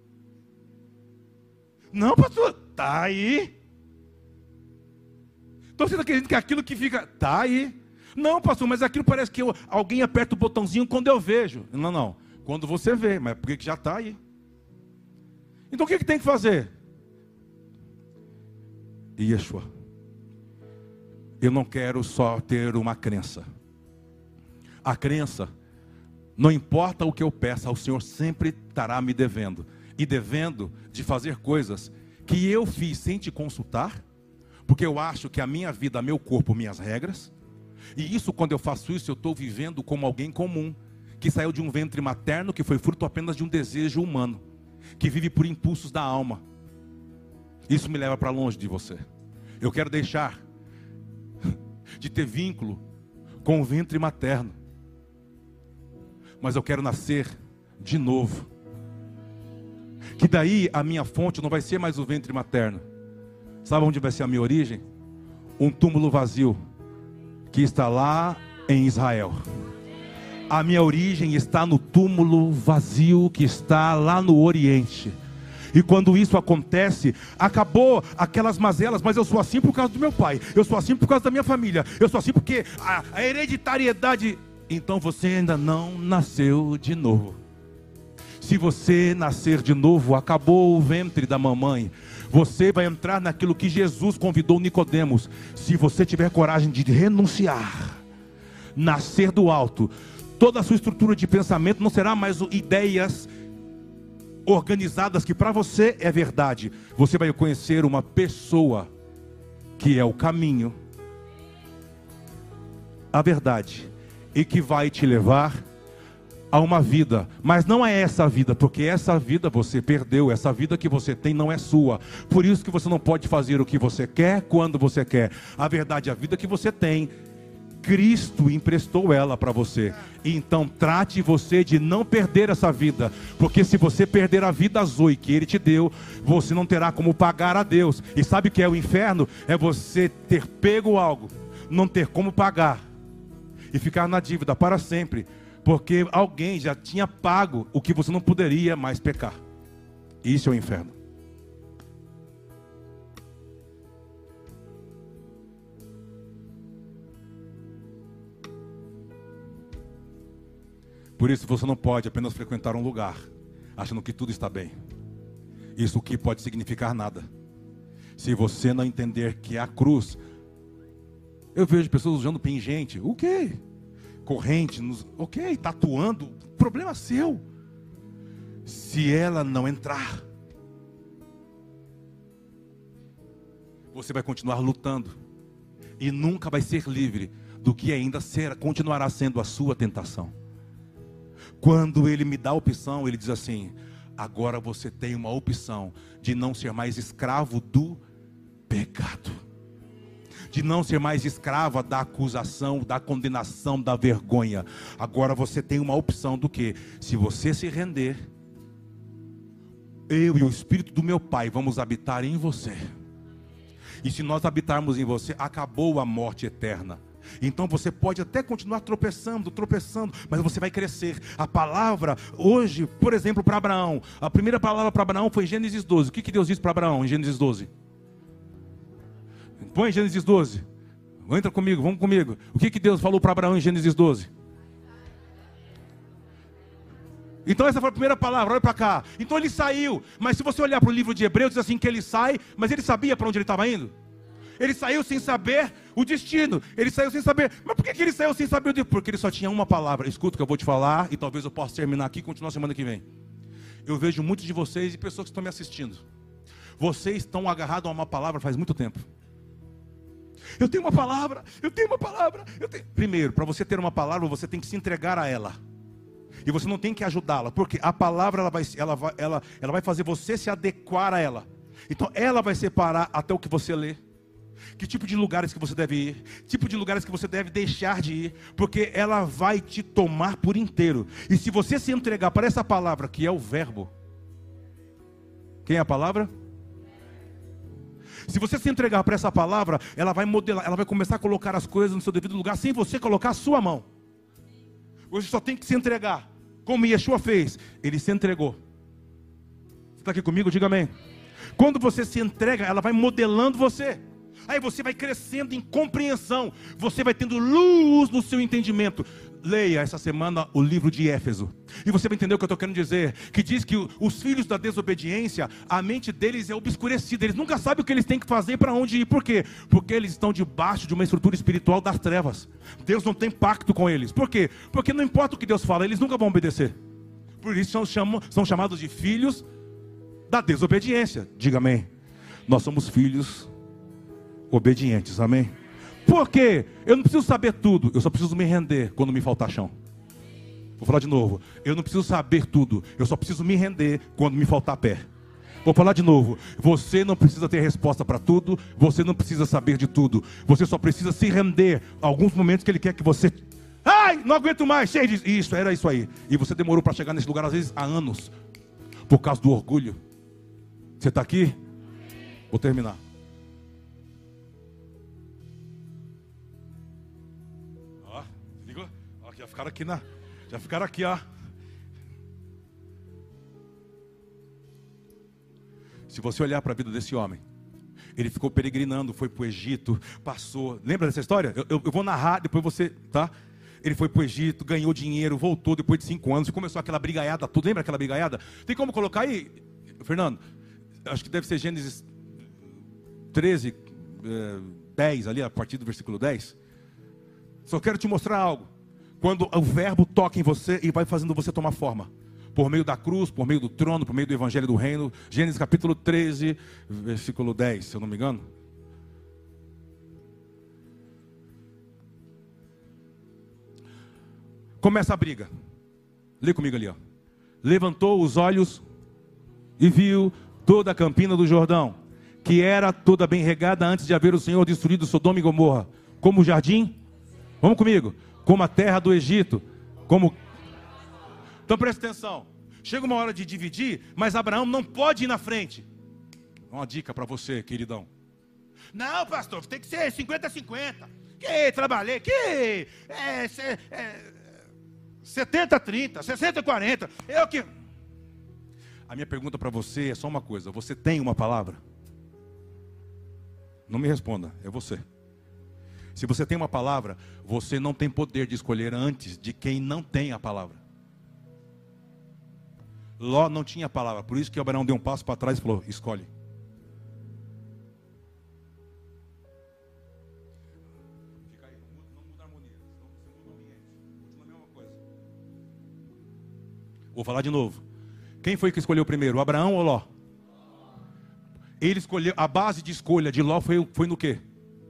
Não, pastor, está aí. Então você está querendo que aquilo que fica, tá aí. Não, pastor, mas aquilo parece que eu, alguém aperta o botãozinho quando eu vejo. Não, não. Quando você vê, mas por que já está aí? Então o que, que tem que fazer? Yeshua, eu não quero só ter uma crença. A crença, não importa o que eu peça, o Senhor sempre estará me devendo. E devendo de fazer coisas que eu fiz sem te consultar, porque eu acho que a minha vida, meu corpo, minhas regras. E isso, quando eu faço isso, eu estou vivendo como alguém comum, que saiu de um ventre materno, que foi fruto apenas de um desejo humano, que vive por impulsos da alma. Isso me leva para longe de você. Eu quero deixar de ter vínculo com o ventre materno, mas eu quero nascer de novo. Que daí a minha fonte não vai ser mais o ventre materno. Sabe onde vai ser a minha origem? Um túmulo vazio que está lá em Israel. A minha origem está no túmulo vazio que está lá no Oriente. E quando isso acontece, acabou aquelas mazelas, mas eu sou assim por causa do meu pai, eu sou assim por causa da minha família, eu sou assim porque a, a hereditariedade. Então você ainda não nasceu de novo. Se você nascer de novo, acabou o ventre da mamãe. Você vai entrar naquilo que Jesus convidou Nicodemos. Se você tiver coragem de renunciar, nascer do alto, toda a sua estrutura de pensamento não será mais ideias organizadas que para você é verdade. Você vai conhecer uma pessoa que é o caminho, a verdade, e que vai te levar a uma vida, mas não é essa vida, porque essa vida você perdeu, essa vida que você tem não é sua, por isso que você não pode fazer o que você quer, quando você quer. A verdade, a vida que você tem, Cristo emprestou ela para você. Então trate você de não perder essa vida, porque se você perder a vida zoe que Ele te deu, você não terá como pagar a Deus. E sabe o que é o inferno? É você ter pego algo, não ter como pagar e ficar na dívida para sempre, porque alguém já tinha pago o que você não poderia mais pecar. Isso é o inferno. Por isso você não pode apenas frequentar um lugar achando que tudo está bem. Isso aqui pode significar nada se você não entender que a cruz. Eu vejo pessoas usando pingente. O quê? Corrente, nos, ok, tatuando, problema seu. Se ela não entrar, você vai continuar lutando e nunca vai ser livre do que ainda será, continuará sendo a sua tentação. Quando Ele me dá a opção, Ele diz assim: agora você tem uma opção de não ser mais escravo do pecado, de não ser mais escrava da acusação, da condenação, da vergonha. Agora você tem uma opção do que? Se você se render, eu e o Espírito do meu Pai vamos habitar em você. E se nós habitarmos em você, acabou a morte eterna. Então você pode até continuar tropeçando, tropeçando, mas você vai crescer. A palavra hoje, por exemplo, para Abraão, a primeira palavra para Abraão foi em Gênesis doze. O que, que Deus disse para Abraão em Gênesis doze? Põe em Gênesis doze. Entra comigo, vamos comigo. O que, que Deus falou para Abraão em Gênesis doze? Então essa foi a primeira palavra, olha para cá. Então ele saiu, mas se você olhar para o livro de Hebreus, diz assim que ele sai, mas ele sabia para onde ele estava indo? Ele saiu sem saber o destino. Ele saiu sem saber. Mas por que, que ele saiu sem saber o destino? Porque ele só tinha uma palavra. Escuta o que eu vou te falar, e talvez eu possa terminar aqui e continuar semana que vem. Eu vejo muitos de vocês e pessoas que estão me assistindo. Vocês estão agarrados a uma palavra faz muito tempo. Eu tenho uma palavra, eu tenho uma palavra. Eu tenho... Primeiro, para você ter uma palavra, você tem que se entregar a ela. E você não tem que ajudá-la, porque a palavra ela vai, ela vai, ela, ela vai fazer você se adequar a ela. Então ela vai separar até o que você lê, que tipo de lugares que você deve ir, tipo de lugares que você deve deixar de ir, porque ela vai te tomar por inteiro. E se você se entregar para essa palavra, que é o verbo, quem é a palavra? Se você se entregar para essa palavra, ela vai modelar, ela vai começar a colocar as coisas no seu devido lugar, sem você colocar a sua mão. Você só tem que se entregar, como Yeshua fez. Ele se entregou. Você está aqui comigo? Diga amém. Quando você se entrega, ela vai modelando você. Aí você vai crescendo em compreensão, você vai tendo luz no seu entendimento. Leia essa semana o livro de Éfeso, e você vai entender o que eu estou querendo dizer. Que diz que os filhos da desobediência, a mente deles é obscurecida. Eles nunca sabem o que eles têm que fazer, para onde ir. Por quê? Porque eles estão debaixo de uma estrutura espiritual das trevas. Deus não tem pacto com eles. Por quê? Porque não importa o que Deus fala, eles nunca vão obedecer. Por isso são, chamam, são chamados de filhos da desobediência. Diga amém. Nós somos filhos obedientes, amém? Por quê? Eu não preciso saber tudo, eu só preciso me render quando me faltar chão. Vou falar de novo. Eu não preciso saber tudo, eu só preciso me render quando me faltar pé. Vou falar de novo. Você não precisa ter resposta para tudo, você não precisa saber de tudo. Você só precisa se render a alguns momentos que Ele quer que você... Ai, não aguento mais, cheio de... Isso, era isso aí. E você demorou para chegar nesse lugar, às vezes, há anos, por causa do orgulho. Você está aqui? Vou terminar. Já ficaram aqui, na, já ficaram aqui, ó. Se você olhar para a vida desse homem, ele ficou peregrinando, foi para o Egito, passou. Lembra dessa história? Eu, eu, eu vou narrar, depois você, tá? Ele foi para o Egito, ganhou dinheiro, voltou depois de cinco anos, começou aquela brigaiada, tudo. Lembra aquela brigaiada? Tem como colocar aí, Fernando? Acho que deve ser Gênesis treze, dez, ali, a partir do versículo dez. Só quero te mostrar algo. Quando o verbo toca em você e vai fazendo você tomar forma. Por meio da cruz, por meio do trono, por meio do evangelho do reino. Gênesis capítulo treze, versículo dez, se eu não me engano. Começa a briga. Lê comigo ali, ó. Levantou os olhos e viu toda a campina do Jordão, que era toda bem regada antes de haver o Senhor destruído Sodoma e Gomorra. Como o jardim, vamos comigo, como a terra do Egito, como... Então presta atenção, chega uma hora de dividir, mas Abraão não pode ir na frente. Uma dica para você, queridão. Não, pastor, tem que ser cinquenta a cinquenta. Que trabalhei, que é, é, setenta a trinta, sessenta a quarenta. Eu que... A minha pergunta para você é só uma coisa. Você tem uma palavra? Não me responda, é você. Se você tem uma palavra, você não tem poder de escolher antes de quem não tem a palavra. Ló não tinha a palavra, por isso que Abraão deu um passo para trás e falou, escolhe. Fica aí, não muda a harmonia, senão você muda o ambiente. Continua a mesma coisa. Vou falar de novo. Quem foi que escolheu primeiro, Abraão ou Ló? Ele escolheu, a base de escolha de Ló foi, foi no quê?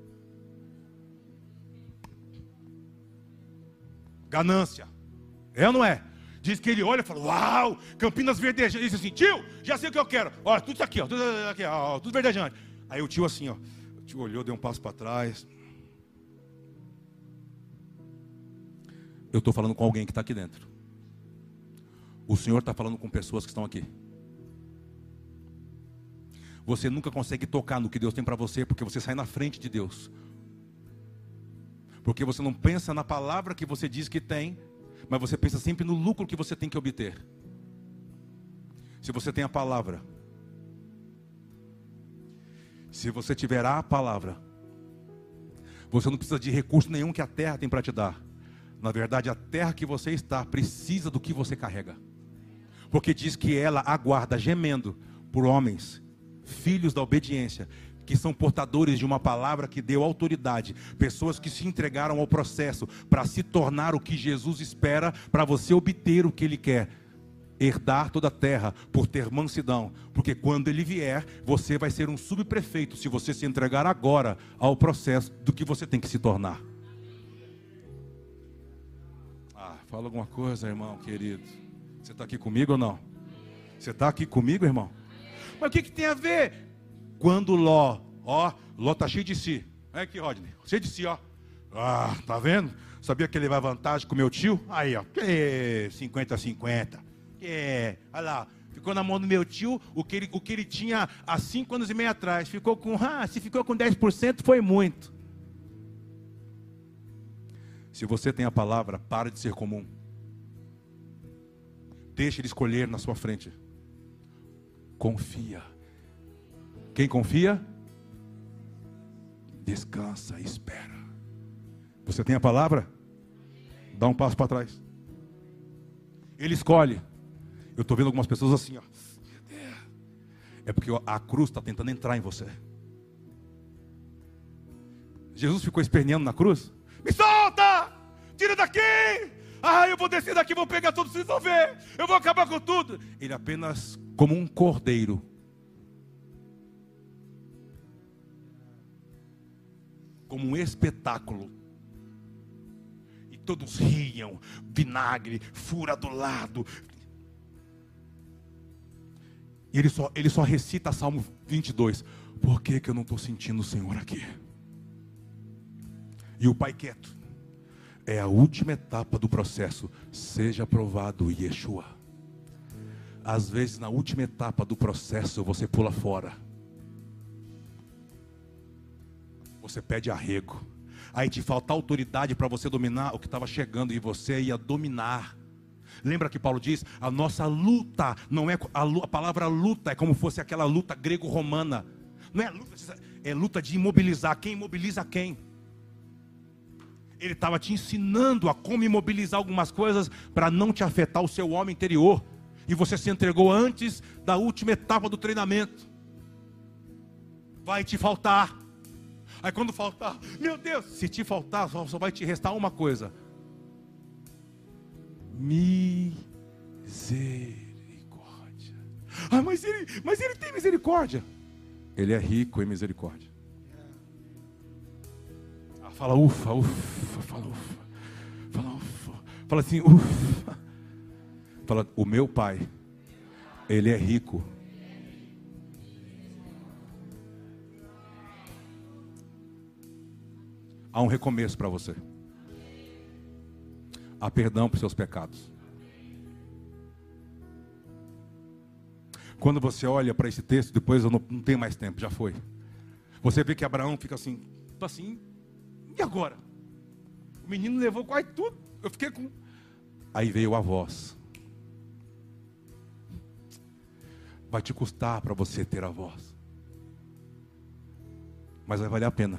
Ganância. É ou não é? Diz que ele olha e fala, uau, Campinas verdejantes. Ele diz assim, tio, já sei o que eu quero. Olha, tudo isso aqui, ó, tudo aqui, ó, tudo verdejante. Aí o tio assim, ó, o tio olhou, deu um passo para trás. Eu estou falando com alguém que está aqui dentro. O Senhor está falando com pessoas que estão aqui. Você nunca consegue tocar no que Deus tem para você, porque você sai na frente de Deus. Porque você não pensa na palavra que você diz que tem, mas você pensa sempre no lucro que você tem que obter. Se você tem a palavra, se você tiver a palavra, você não precisa de recurso nenhum que a terra tem para te dar. Na verdade, a terra que você está precisa do que você carrega. Porque diz que ela aguarda gemendo por homens, filhos da obediência, que são portadores de uma palavra que deu autoridade, pessoas que se entregaram ao processo para se tornar o que Jesus espera, para você obter o que Ele quer, herdar toda a terra por ter mansidão, porque quando Ele vier, você vai ser um subprefeito, se você se entregar agora ao processo do que você tem que se tornar. Ah, fala alguma coisa, irmão querido. Você está aqui comigo ou não? Você está aqui comigo, irmão? Mas o que, que tem a ver? Quando Ló, ó, Ló está cheio de si. Olha aqui, Rodney, cheio de si, ó. Ah, tá vendo? Sabia que ele vai vantagem com meu tio? Aí, ó, que cinquenta a cinquenta. Que, olha lá, ficou na mão do meu tio, o que ele, o que ele tinha há cinco anos e meio atrás. Ficou com, ah, se ficou com dez por cento foi muito. Se você tem a palavra, para de ser comum. Deixa ele escolher na sua frente. Confia. Quem confia? descansa e espera. Você tem a palavra? Dá um passo para trás. Ele escolhe. Eu estou vendo algumas pessoas assim, ó. É porque a cruz está tentando entrar em você. Jesus ficou esperneando na cruz. Me solta! Tira daqui! Ah, eu vou descer daqui, vou pegar tudo, vocês vão ver. Eu vou acabar com tudo. Ele apenas, como um cordeiro, como um espetáculo. E todos riam, vinagre, fura do lado. E ele só, ele só recita Salmo vinte e dois. Por que que eu não estou sentindo o Senhor aqui? E o pai quieto. É a última etapa do processo. Seja aprovado, Yeshua. Às vezes na última etapa do processo você pula fora. Você pede arrego. Aí te falta autoridade para você dominar o que estava chegando. E você ia dominar. Lembra que Paulo diz? A nossa luta não é a, a palavra luta é como fosse aquela luta grego-romana. Não é luta, é luta de imobilizar. Quem imobiliza quem? Ele estava te ensinando a como imobilizar algumas coisas para não te afetar o seu homem interior. E você se entregou antes da última etapa do treinamento. Vai te faltar. Aí quando faltar, meu Deus, se te faltar, só, só vai te restar uma coisa. Misericórdia. Ah, mas ele, mas ele tem misericórdia. Ele é rico em misericórdia. Ah, fala ufa, ufa, fala ufa, fala ufa, fala assim ufa. Fala, o meu pai, ele é rico. Há um recomeço para você. Há perdão para os seus pecados. Quando você olha para esse texto, depois eu não, não tenho mais tempo, já foi. Você vê que Abraão fica assim, assim, e agora? O menino levou quase tudo, eu fiquei com... Aí veio a voz. Vai te custar para você ter a voz. Mas vai valer a pena.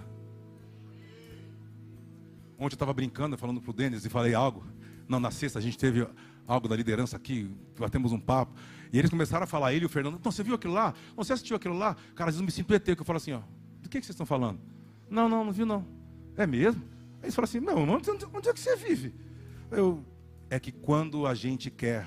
Ontem eu estava brincando, falando para o Denis e falei algo. Não, na sexta a gente teve algo da liderança aqui, batemos um papo. E eles começaram a falar, ele e o Fernando. Não, você viu aquilo lá? Não, você assistiu aquilo lá? Cara, às vezes eu me sinto E T, que eu falo assim, ó. Do que, que vocês estão falando? Não, não, não viu não. É mesmo? Aí eles falam assim, não, onde, onde é que você vive? Eu, é que quando a gente quer...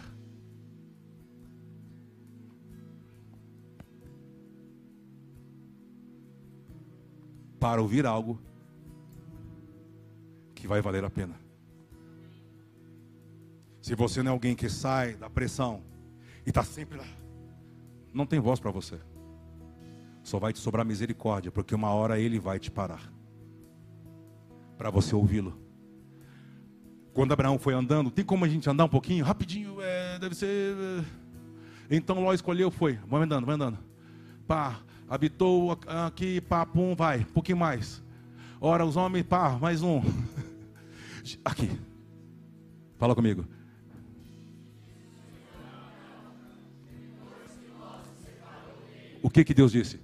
para ouvir algo que vai valer a pena. Se você não é alguém que sai da pressão e está sempre lá, não tem voz para você. Só vai te sobrar misericórdia, porque uma hora ele vai te parar para você ouvi-lo. Quando Abraão foi andando, tem como a gente andar um pouquinho? Rapidinho, é, deve ser... Então Ló escolheu, foi, vai andando, vai andando. Pá, habitou aqui, pá, pum, vai, um pouquinho mais. Ora, os homens, pá, mais um. Aqui. Fala comigo. O que que Deus disse?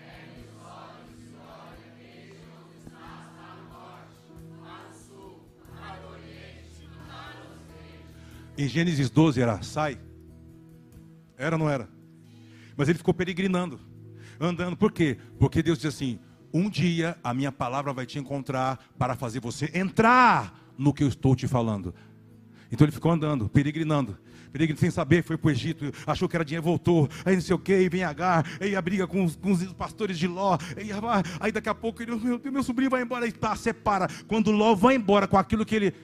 Em Gênesis doze era sai? Era ou não era? Mas ele ficou peregrinando, andando. Por quê? Porque Deus disse assim, um dia a minha palavra vai te encontrar para fazer você entrar no que eu estou te falando. Então ele ficou andando, peregrinando. Peregrinando sem saber, foi para o Egito, achou que era dinheiro, voltou. Aí não sei o que, aí vem Agar, aí a briga com os, com os pastores de Ló. Aí, aí daqui a pouco, ele, meu, meu sobrinho vai embora. Aí tá, separa. Quando Ló vai embora com aquilo que ele...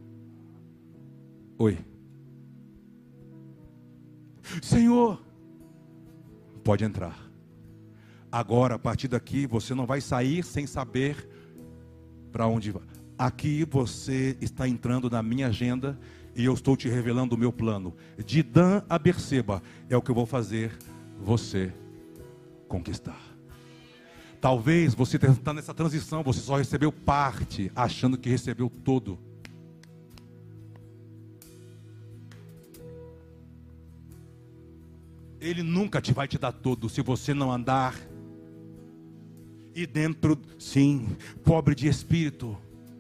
Oi. Senhor, pode entrar. Agora, a partir daqui, você não vai sair sem saber para onde vai. Aqui você está entrando na minha agenda e eu estou te revelando o meu plano. De Dan a Berseba é o que eu vou fazer você conquistar. Talvez você está nessa transição, você só recebeu parte, achando que recebeu todo. Ele nunca te vai te dar tudo se você não andar E dentro, sim, pobre de espírito.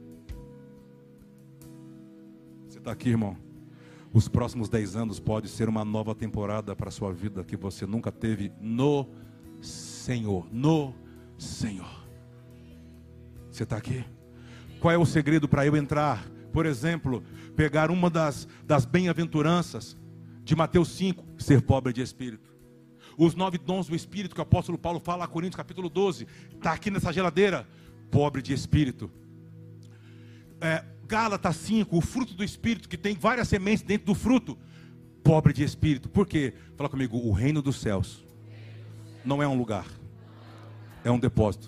Você está aqui, irmão? Os próximos dez anos pode ser uma nova temporada para a sua vida que você nunca teve no Senhor. No Senhor. Você está aqui? Qual é o segredo para eu entrar? Por exemplo, pegar uma das, das bem-aventuranças de Mateus cinco, ser pobre de espírito. Os nove dons do Espírito que o apóstolo Paulo fala a Coríntios capítulo doze, está aqui nessa geladeira, pobre de espírito. É, Gálatas cinco, o fruto do Espírito, que tem várias sementes dentro do fruto, pobre de espírito. Por quê? Fala comigo, o reino dos céus não é um lugar, é um depósito.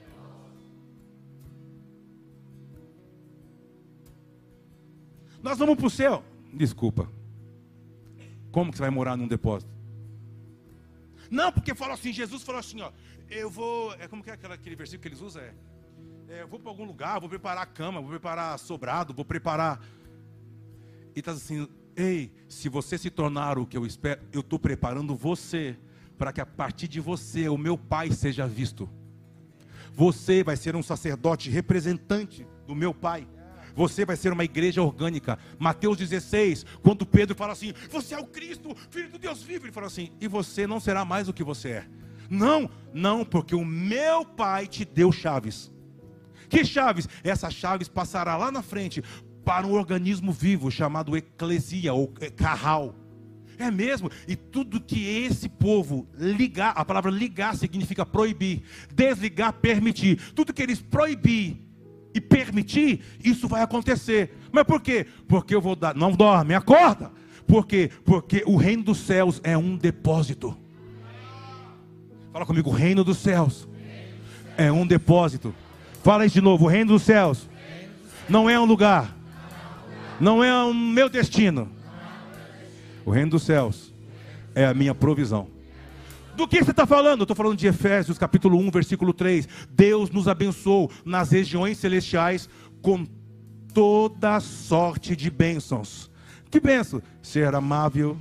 Nós vamos para o céu. Desculpa. Como que você vai morar num depósito? Não, porque falou assim, Jesus falou assim, ó, eu vou, é como que é aquele, aquele versículo que eles usam? É, é, eu vou para algum lugar, vou preparar a cama, vou preparar sobrado, vou preparar. E está assim, ei, se você se tornar o que eu espero, eu estou preparando você, para que a partir de você, o meu Pai seja visto. Você vai ser um sacerdote representante do meu Pai. Você vai ser uma igreja orgânica. Mateus dezesseis, quando Pedro fala assim, você é o Cristo, Filho do Deus vivo. Ele fala assim, e você não será mais o que você é. Não, não, porque o meu Pai te deu chaves. Que chaves? Essas chaves passará lá na frente para um organismo vivo chamado eclesia ou carral. É mesmo? E tudo que esse povo ligar, a palavra ligar significa proibir, desligar, permitir. Tudo que eles proibir e permitir, isso vai acontecer. Mas por quê? Porque eu vou dar, não dorme, acorda. Por quê? Porque o reino dos céus é um depósito. Fala comigo, o reino dos céus é um depósito. Fala isso de novo, o reino dos céus não é um lugar, não é o meu destino. O reino dos céus é a minha provisão. Do que você está falando? Eu estou falando de Efésios capítulo um, versículo três. Deus nos abençoou nas regiões celestiais com toda sorte de bênçãos. Que bênção? Ser amável.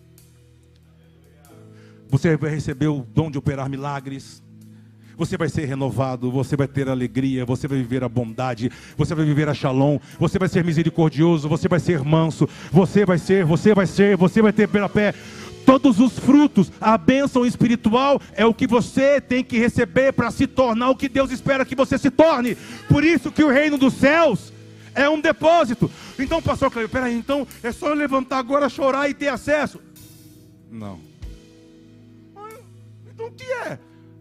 Você vai receber o dom de operar milagres. Você vai ser renovado, você vai ter alegria, você vai viver a bondade, você vai viver a shalom, você vai ser misericordioso, você vai ser manso, você vai ser, você vai ser, você vai ter pela pé. Todos os frutos, a bênção espiritual é o que você tem que receber para se tornar o que Deus espera que você se torne. Por isso que o reino dos céus é um depósito. Então, pastor Cleber, peraí, então é só eu levantar agora, chorar e ter acesso? Não. Então o que é?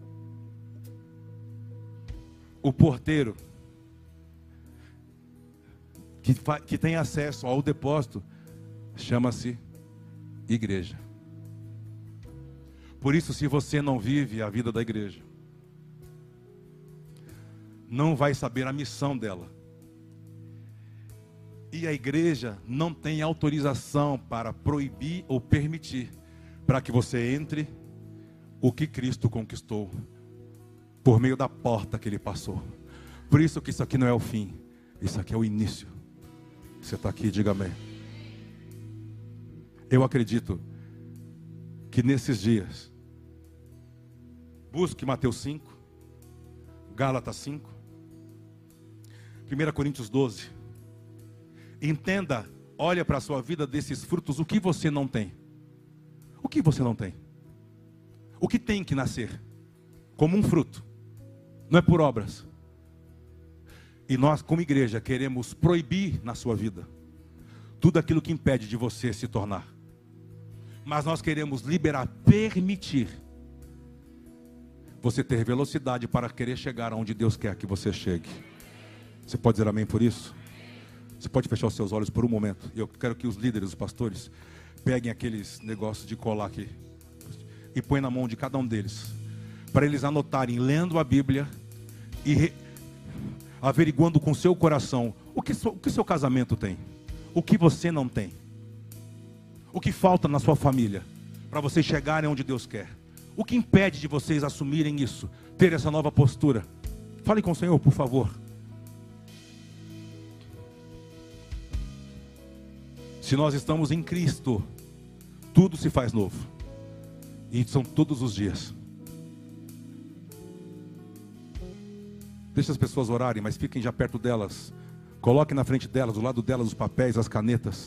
O porteiro que, fa- que tem acesso ao depósito chama-se igreja. Por isso, se você não vive a vida da igreja, não vai saber a missão dela. E a igreja não tem autorização para proibir ou permitir para que você entre o que Cristo conquistou por meio da porta que Ele passou. Por isso que isso aqui não é o fim, isso aqui é o início. Você está aqui, diga amém. Eu acredito que nesses dias, busque Mateus cinco, Gálatas cinco, primeira Coríntios doze. Entenda, olha para a sua vida desses frutos, o que você não tem. O que você não tem? O que tem que nascer? Como um fruto. Não é por obras. E nós, como igreja, queremos proibir na sua vida tudo aquilo que impede de você se tornar. Mas nós queremos liberar, permitir você ter velocidade para querer chegar aonde Deus quer que você chegue. Você pode dizer amém por isso? Você pode fechar os seus olhos por um momento. Eu quero que os líderes, os pastores, peguem aqueles negócios de colar aqui e põem na mão de cada um deles, para eles anotarem, lendo a Bíblia e re... averiguando com seu coração o que, so... o que seu casamento tem, o que você não tem, o que falta na sua família, para vocês chegarem onde Deus quer. O que impede de vocês assumirem isso, ter essa nova postura? Fale com o Senhor, por favor. Se nós estamos em Cristo, tudo se faz novo. E são todos os dias. Deixa as pessoas orarem, mas fiquem já perto delas. Coloquem na frente delas, do lado delas, os papéis, as canetas.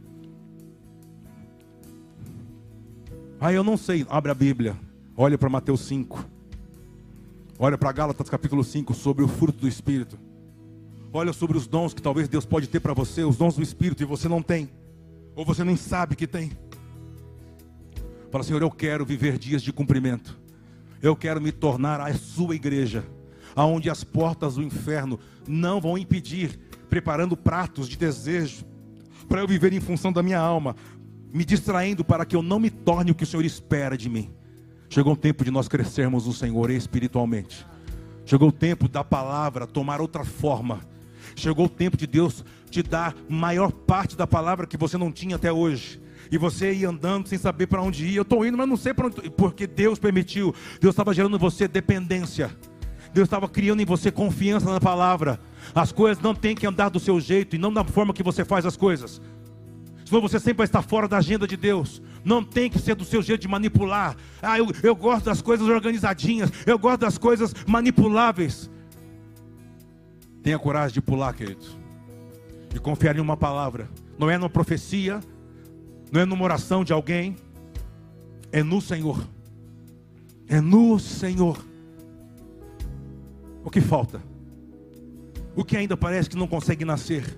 Ah, eu não sei. Abre a Bíblia. Olha para Mateus cinco. Olha para Gálatas capítulo cinco, sobre o fruto do Espírito. Olha sobre os dons que talvez Deus pode ter para você, os dons do Espírito, e você não tem. Ou você nem sabe que tem. Fala, Senhor, eu quero viver dias de cumprimento. Eu quero me tornar a sua igreja, aonde as portas do inferno não vão impedir, preparando pratos de desejo, para eu viver em função da minha alma, me distraindo para que eu não me torne o que o Senhor espera de mim. Chegou o tempo de nós crescermos no Senhor espiritualmente. Chegou o tempo da palavra tomar outra forma. Chegou o tempo de Deus te dar maior parte da palavra que você não tinha até hoje. E você ia andando sem saber para onde ir. Eu estou indo, mas não sei para onde, porque Deus permitiu. Deus estava gerando em você dependência. Deus estava criando em você confiança na palavra. As coisas não têm que andar do seu jeito e não da forma que você faz as coisas. Senão você sempre vai estar fora da agenda de Deus. Não tem que ser do seu jeito de manipular. Ah, eu, eu gosto das coisas organizadinhas. Eu gosto das coisas manipuláveis. Tenha coragem de pular, querido. E confiar em uma palavra. Não é numa profecia. Não é numa oração de alguém. É no Senhor. É no Senhor. O que falta? O que ainda parece que não consegue nascer?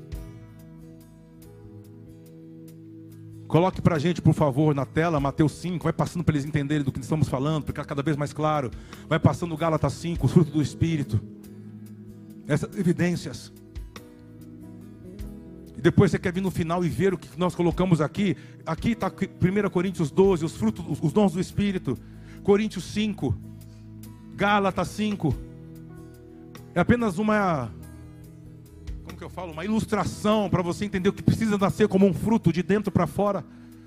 Coloque para a gente, por favor, na tela, Mateus cinco. Vai passando para eles entenderem do que estamos falando, ficar cada vez mais claro. Vai passando Gálatas cinco, o fruto do Espírito. Essas evidências. E depois você quer vir no final e ver o que nós colocamos aqui. Aqui está primeira Coríntios doze, os frutos, os dons do Espírito. Coríntios cinco. Gálatas cinco. É apenas uma... Como que eu falo? Uma ilustração para você entender o que precisa nascer como um fruto de dentro para fora.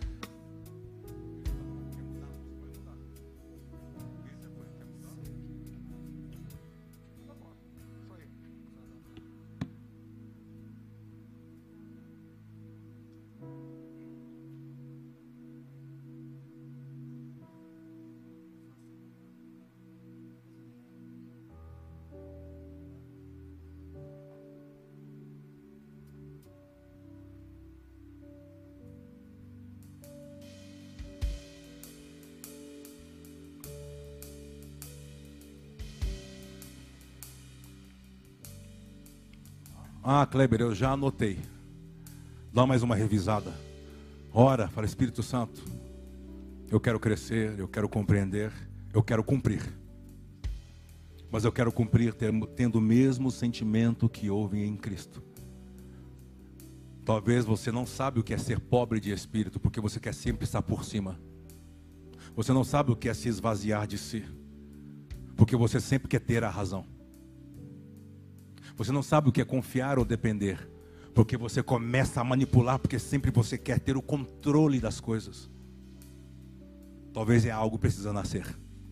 Ah, Kleber, eu já anotei. Dá mais uma revisada. Ora, fala, Espírito Santo, eu quero crescer, eu quero compreender, eu quero cumprir. Mas eu quero cumprir tendo o mesmo sentimento que houve em Cristo. Talvez você não sabe o que é ser pobre de espírito, porque você quer sempre estar por cima. Você não sabe o que é se esvaziar de si, porque você sempre quer ter a razão. Você não sabe o que é confiar ou depender, porque você começa a manipular, porque sempre você quer ter o controle das coisas. Talvez é algo que precisa nascer.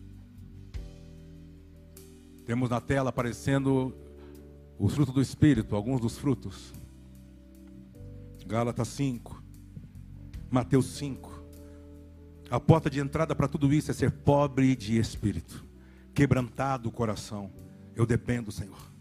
Temos na tela aparecendo os frutos do Espírito, alguns dos frutos. Gálatas cinco, Mateus cinco. A porta de entrada para tudo isso é ser pobre de espírito, quebrantado o coração. Eu dependo, Senhor.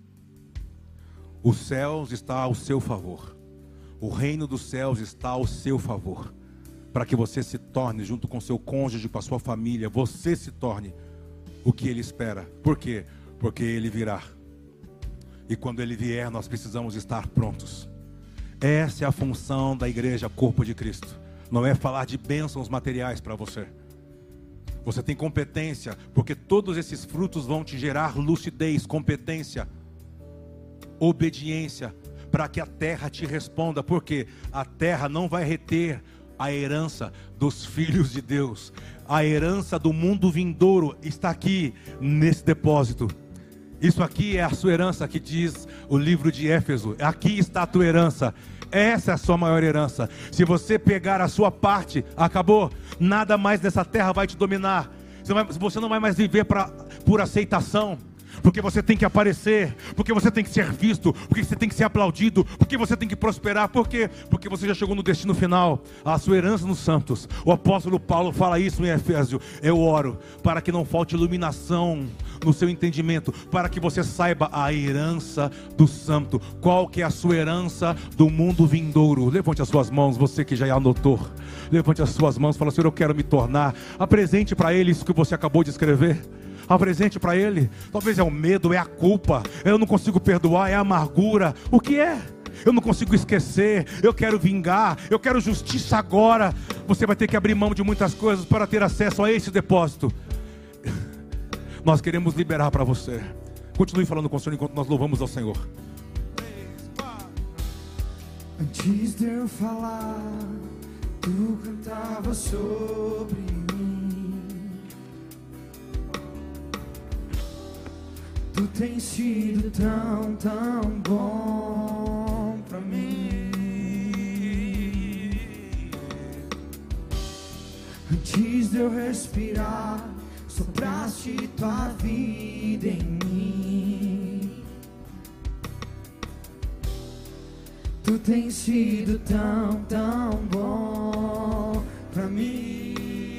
Os céus estão ao seu favor. O reino dos céus está ao seu favor. Para que você se torne, junto com seu cônjuge, com a sua família, você se torne o que Ele espera. Por quê? Porque Ele virá. E quando Ele vier, nós precisamos estar prontos. Essa é a função da igreja, corpo de Cristo. Não é falar de bênçãos materiais para você. Você tem competência, porque todos esses frutos vão te gerar lucidez, competência, obediência, para que a terra te responda, porque a terra não vai reter a herança dos filhos de Deus. A herança do mundo vindouro está aqui nesse depósito. Isso aqui é a sua herança, que diz o livro de Éfeso. Aqui está a tua herança. Essa é a sua maior herança. Se você pegar a sua parte, acabou. Nada mais nessa terra vai te dominar. Você não vai, você não vai mais viver pra, por aceitação. porque você tem que aparecer, porque você tem que ser visto, porque você tem que ser aplaudido, porque você tem que prosperar. Por quê? Porque você já chegou no destino final, a sua herança nos santos. O apóstolo Paulo fala isso em Efésio: eu oro para que não falte iluminação no seu entendimento, para que você saiba a herança do santo. Qual que é a sua herança do mundo vindouro? Levante as suas mãos, você que já anotou. Levante as suas mãos e fala: Senhor, eu quero me tornar. Apresente para Ele isso que você acabou de escrever. Apresente para Ele. Talvez é o medo, é a culpa, eu não consigo perdoar, é a amargura. O que é? Eu não consigo esquecer, eu quero vingar, eu quero justiça agora. Você vai ter que abrir mão de muitas coisas para ter acesso a esse depósito. Nós queremos liberar para você. Continue falando com o Senhor enquanto nós louvamos ao Senhor. Antes de eu falar, tu cantava sobre mim. Tu tens sido tão, tão bom pra mim. Antes de eu respirar, sopraste tua vida em mim. Tu tens sido tão, tão bom pra mim.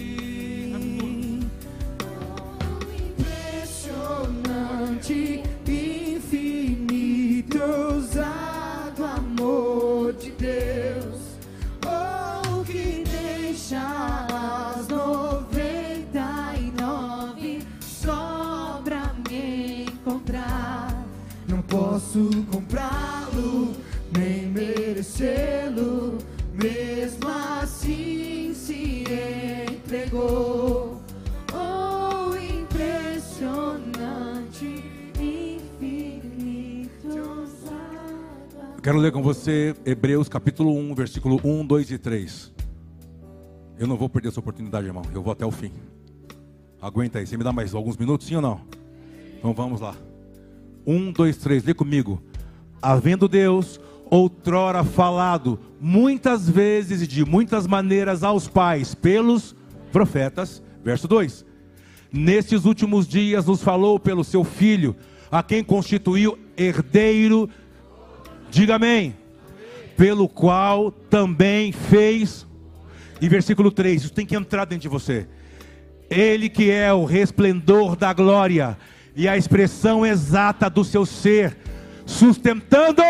Impressionante, infinito, ousado amor de Deus. Oh, que deixa as noventa e nove só pra me encontrar. Não posso comprá-lo, nem merecê-lo, mesmo assim se entregou. Oh, impressionante, infinito, ousado. Eu quero ler com você Hebreus capítulo um, versículo um, dois e três. Eu não vou perder essa oportunidade, irmão. Eu vou até o fim. Aguenta aí. Você me dá mais alguns minutos, sim ou não? Então vamos lá. um, dois, três. Lê comigo. Havendo Deus outrora falado muitas vezes e de muitas maneiras aos pais pelos profetas. Verso dois. Nestes últimos dias nos falou pelo seu Filho, a quem constituiu herdeiro, diga amém, pelo qual também fez. E versículo três, isso tem que entrar dentro de você. Ele que é o resplendor da glória e a expressão exata do seu ser, sustentando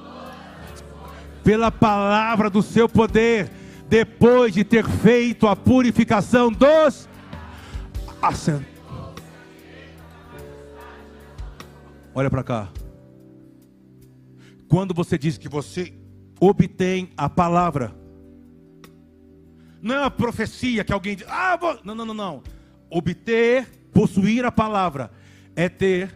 pela palavra do seu poder, depois de ter feito a purificação dos assentos. Olha para cá. Quando você diz que você obtém a palavra, não é uma profecia que alguém diz, ah, vou... não, não, não, não. Obter, possuir a palavra, é ter,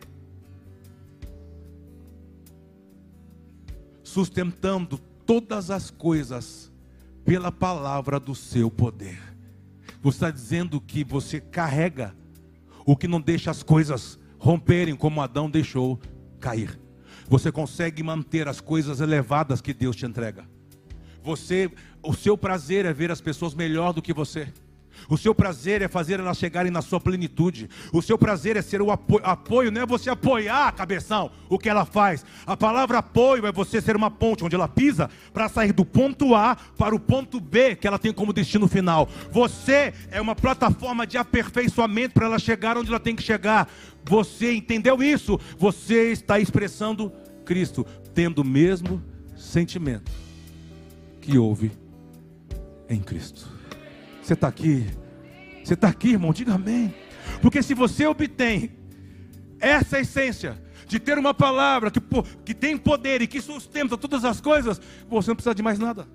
sustentando todas as coisas pela palavra do seu poder. Você está dizendo que você carrega o que não deixa as coisas romperem, como Adão deixou cair. Você consegue manter as coisas elevadas que Deus te entrega. Você, o seu prazer é ver as pessoas melhor do que você. O seu prazer é fazer elas chegarem na sua plenitude. O seu prazer é ser o apoio, apoio não é você apoiar, cabeção, o que ela faz. A palavra apoio é você ser uma ponte onde ela pisa para sair do ponto A para o ponto B que ela tem como destino final. Você é uma plataforma de aperfeiçoamento para ela chegar onde ela tem que chegar. Você entendeu isso? Você está expressando Cristo, tendo o mesmo sentimento que houve em Cristo. Você está aqui? Você está aqui, irmão? Diga amém. Porque se você obtém essa essência de ter uma palavra que, que tem poder e que sustenta todas as coisas, você não precisa de mais nada.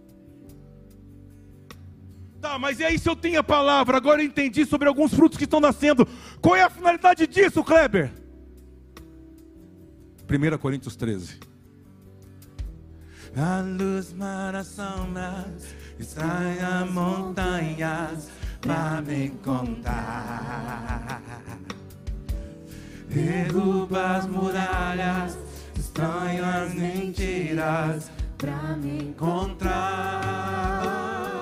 Tá, mas e aí se eu tenho a palavra? Agora eu entendi sobre alguns frutos que estão nascendo. Qual é a finalidade disso, Kleber? primeira Coríntios treze. A luz para sombras, estranha montanhas para me contar. Derruba as muralhas, estranhas mentiras para me encontrar.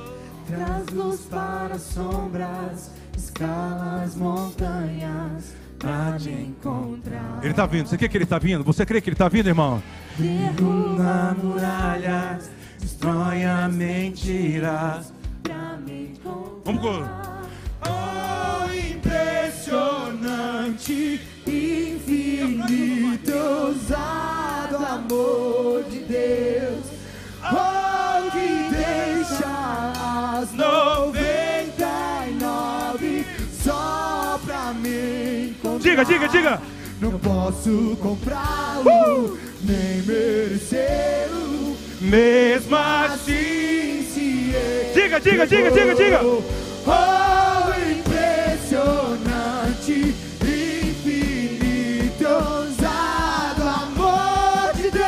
Traz luz para sombras, escala as montanhas pra te encontrar. Ele está vindo. Você crê que ele está vindo? Você crê que ele está vindo, irmão? Derruba muralhas, destrói a mentiras pra me encontrar. Vamos com... Oh, impressionante, infinito, ousado amor de Deus. Oh, que deixa as noventa e nove só pra me encontrar. Diga, diga, diga. Não posso comprá-lo, uh! nem merecê-lo, mesmo assim se diga, diga, diga, diga, diga. Oh, impressionante, infinito, ousado amor de Deus.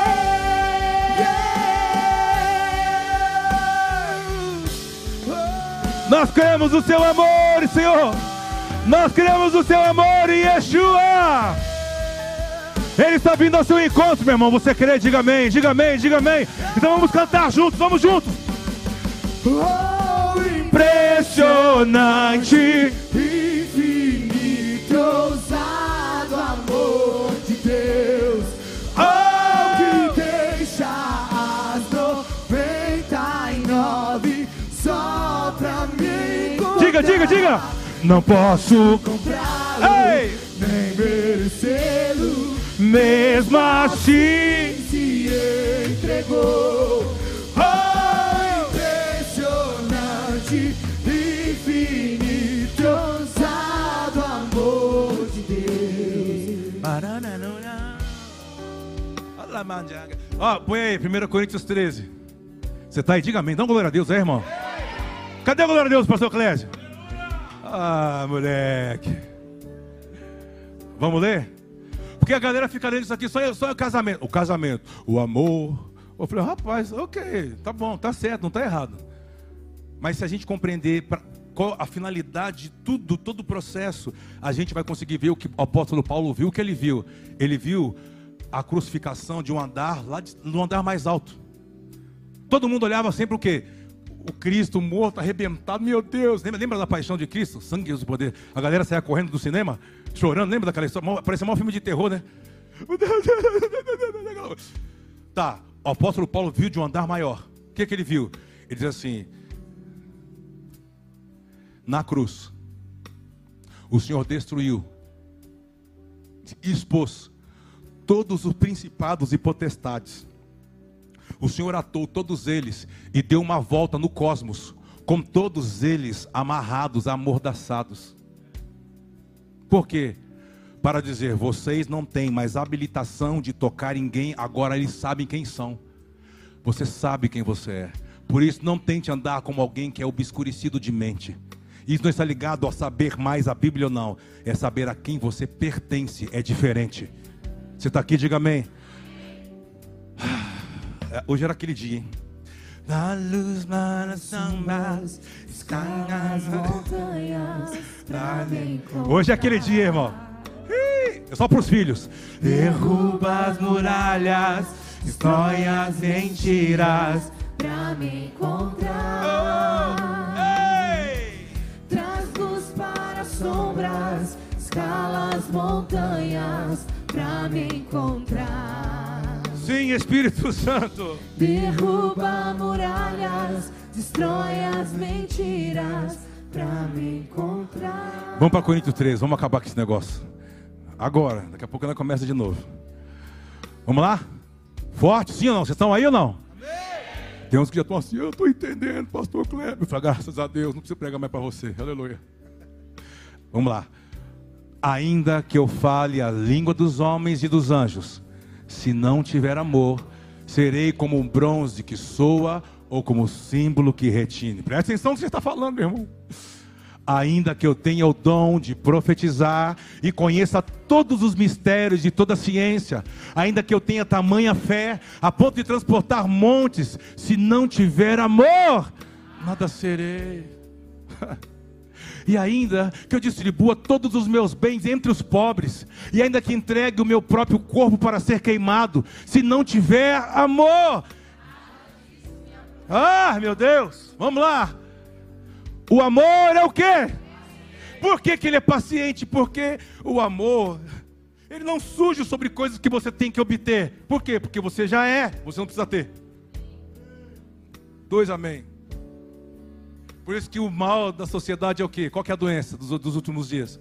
Oh. Nós queremos o seu amor, Senhor. Nós queremos o seu amor em Yeshua. Ele está vindo ao seu encontro, meu irmão. Você crê? Diga amém, diga amém, diga amém. Então vamos cantar juntos, vamos juntos. Oh, impressionante, infinito, ousado amor de Deus. Oh, que deixa as noventa e nove só pra mim encontrar. Diga, diga, diga. Não posso comprá-lo, nem merecê-lo, mesmo assim se entregou. Oh, impressionante, infinito, ousado amor de Deus. Ó, põe aí, primeira Coríntios treze. Você tá aí? Diga amém. Dá uma glória a Deus aí, irmão. Cadê a glória a Deus, pastor Clésio? Ah, moleque. Vamos ler? Porque a galera fica lendo isso aqui, só, só o casamento. O casamento, o amor. Eu falei, rapaz, ok, tá bom, tá certo, não tá errado. Mas se a gente compreender pra, qual a finalidade de tudo, todo o processo, a gente vai conseguir ver o que o apóstolo Paulo viu, o que ele viu. Ele viu a crucificação de um andar, lá de, no andar mais alto. Todo mundo olhava sempre o quê? O Cristo morto, arrebentado, meu Deus. Lembra, lembra da paixão de Cristo? Sangue e poder. A galera saia correndo do cinema, chorando. Lembra daquela história? Parecia um filme de terror, né? Tá, o apóstolo Paulo viu de um andar maior. O que, que ele viu? Ele diz assim: na cruz, o Senhor destruiu, expôs todos os principados e potestades. O Senhor atou todos eles e deu uma volta no cosmos, com todos eles amarrados, amordaçados. Por quê? Para dizer, vocês não têm mais habilitação de tocar ninguém, agora eles sabem quem são. Você sabe quem você é. Por isso não tente andar como alguém que é obscurecido de mente. Isso não está ligado a saber mais a Bíblia ou não. É saber a quem você pertence, é diferente. Você está aqui, diga amém. Hoje era aquele dia, hein? Na luz, nação, mas as montanhas pra me encontrar. Hoje é aquele dia, irmão. É só para os filhos. Derruba as muralhas, destrói as mentiras pra me encontrar. Oh, hey! Traz luz para as sombras, escala as montanhas pra me encontrar. Sim, Espírito Santo. Derruba muralhas, destrói as mentiras pra me encontrar. Vamos para Coríntios treze, vamos acabar com esse negócio. Agora, daqui a pouco ela começa de novo. Vamos lá? Forte, sim ou não? Vocês estão aí ou não? Amém. Tem uns que já estão assim, eu estou entendendo, pastor Kleber. Eu falo, graças a Deus, não preciso pregar mais para você. Aleluia. Vamos lá. Ainda que eu fale a língua dos homens e dos anjos, se não tiver amor, serei como um bronze que soa ou como um símbolo que retine. Presta atenção no que você está falando, meu irmão. Ainda que eu tenha o dom de profetizar e conheça todos os mistérios de toda a ciência, ainda que eu tenha tamanha fé a ponto de transportar montes, se não tiver amor, nada serei. E ainda que eu distribua todos os meus bens entre os pobres, e ainda que entregue o meu próprio corpo para ser queimado, se não tiver amor. Ah, meu Deus, vamos lá. O amor é o quê? Por que que ele é paciente? Porque o amor, ele não surge sobre coisas que você tem que obter. Por quê? Porque você já é, você não precisa ter. Dois amém. Por isso que o mal da sociedade é o quê? Qual que é a doença dos, dos últimos dias?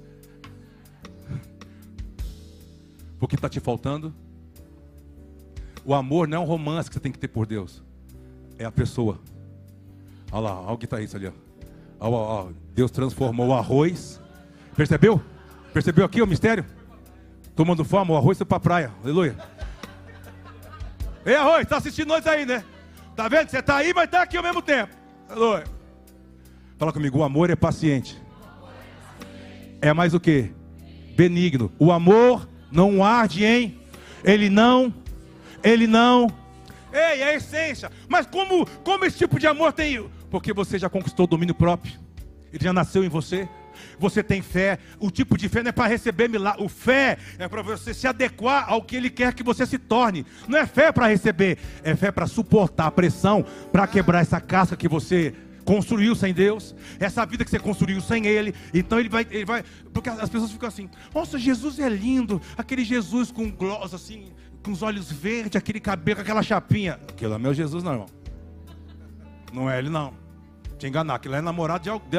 Porque está te faltando. O amor não é um romance que você tem que ter por Deus. É a pessoa. Olha lá, olha o guitarrista ali. Ó. Olha, olha, Deus transformou o arroz. Percebeu? Percebeu aqui o mistério? Tomando fome, o arroz foi para a praia. Aleluia. Ei, arroz, está assistindo nós aí, né? Tá vendo? Você está aí, mas está aqui ao mesmo tempo. Aleluia. Fala comigo, o amor é paciente. É mais o que? Benigno. O amor não arde em... Ele não... Ele não... Ei, é a essência. Mas como, como esse tipo de amor tem... Porque você já conquistou o domínio próprio. Ele já nasceu em você. Você tem fé. O tipo de fé não é para receber milagre. O fé é para você se adequar ao que Ele quer que você se torne. Não é fé para receber. É fé para suportar a pressão. Para quebrar essa casca que você construiu sem Deus. Essa vida que você construiu sem Ele. Então Ele vai... Ele vai porque as pessoas ficam assim. Nossa, Jesus é lindo. Aquele Jesus com gloss assim... Com os olhos verdes, aquele cabelo, aquela chapinha. Aquilo é meu Jesus, não, irmão. Não é ele, não. Te enganar, aquilo é namorado de alguém.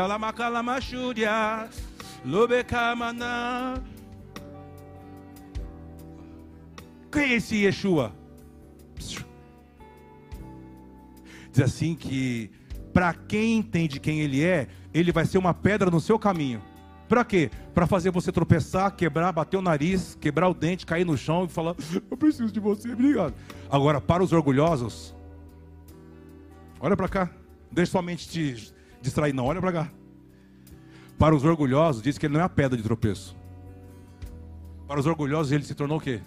Quem é esse Yeshua? Diz assim que para quem entende quem ele é, ele vai ser uma pedra no seu caminho. Para quê? Para fazer você tropeçar, quebrar, bater o nariz, quebrar o dente, cair no chão e falar: eu preciso de você, obrigado. Agora, para os orgulhosos, olha para cá. Não deixe sua mente te distrair, não. Olha para cá. Para os orgulhosos, diz que ele não é a pedra de tropeço. Para os orgulhosos, ele se tornou o quê?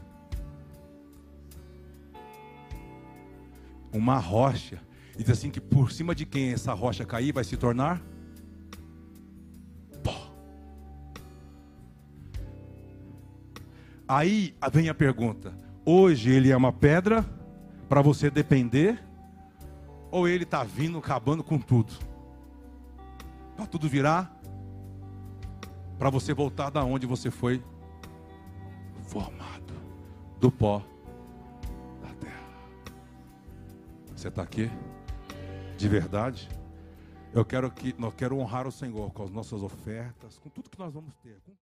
Uma rocha. E diz assim que por cima de quem essa rocha cair, vai se tornar pó. Aí vem a pergunta: hoje ele é uma pedra para você depender? Ou ele está vindo acabando com tudo? Para tudo virar? Para você voltar da onde você foi formado, do pó da terra. Você está aqui? De verdade? Eu quero que nós quero honrar o Senhor com as nossas ofertas, com tudo que nós vamos ter.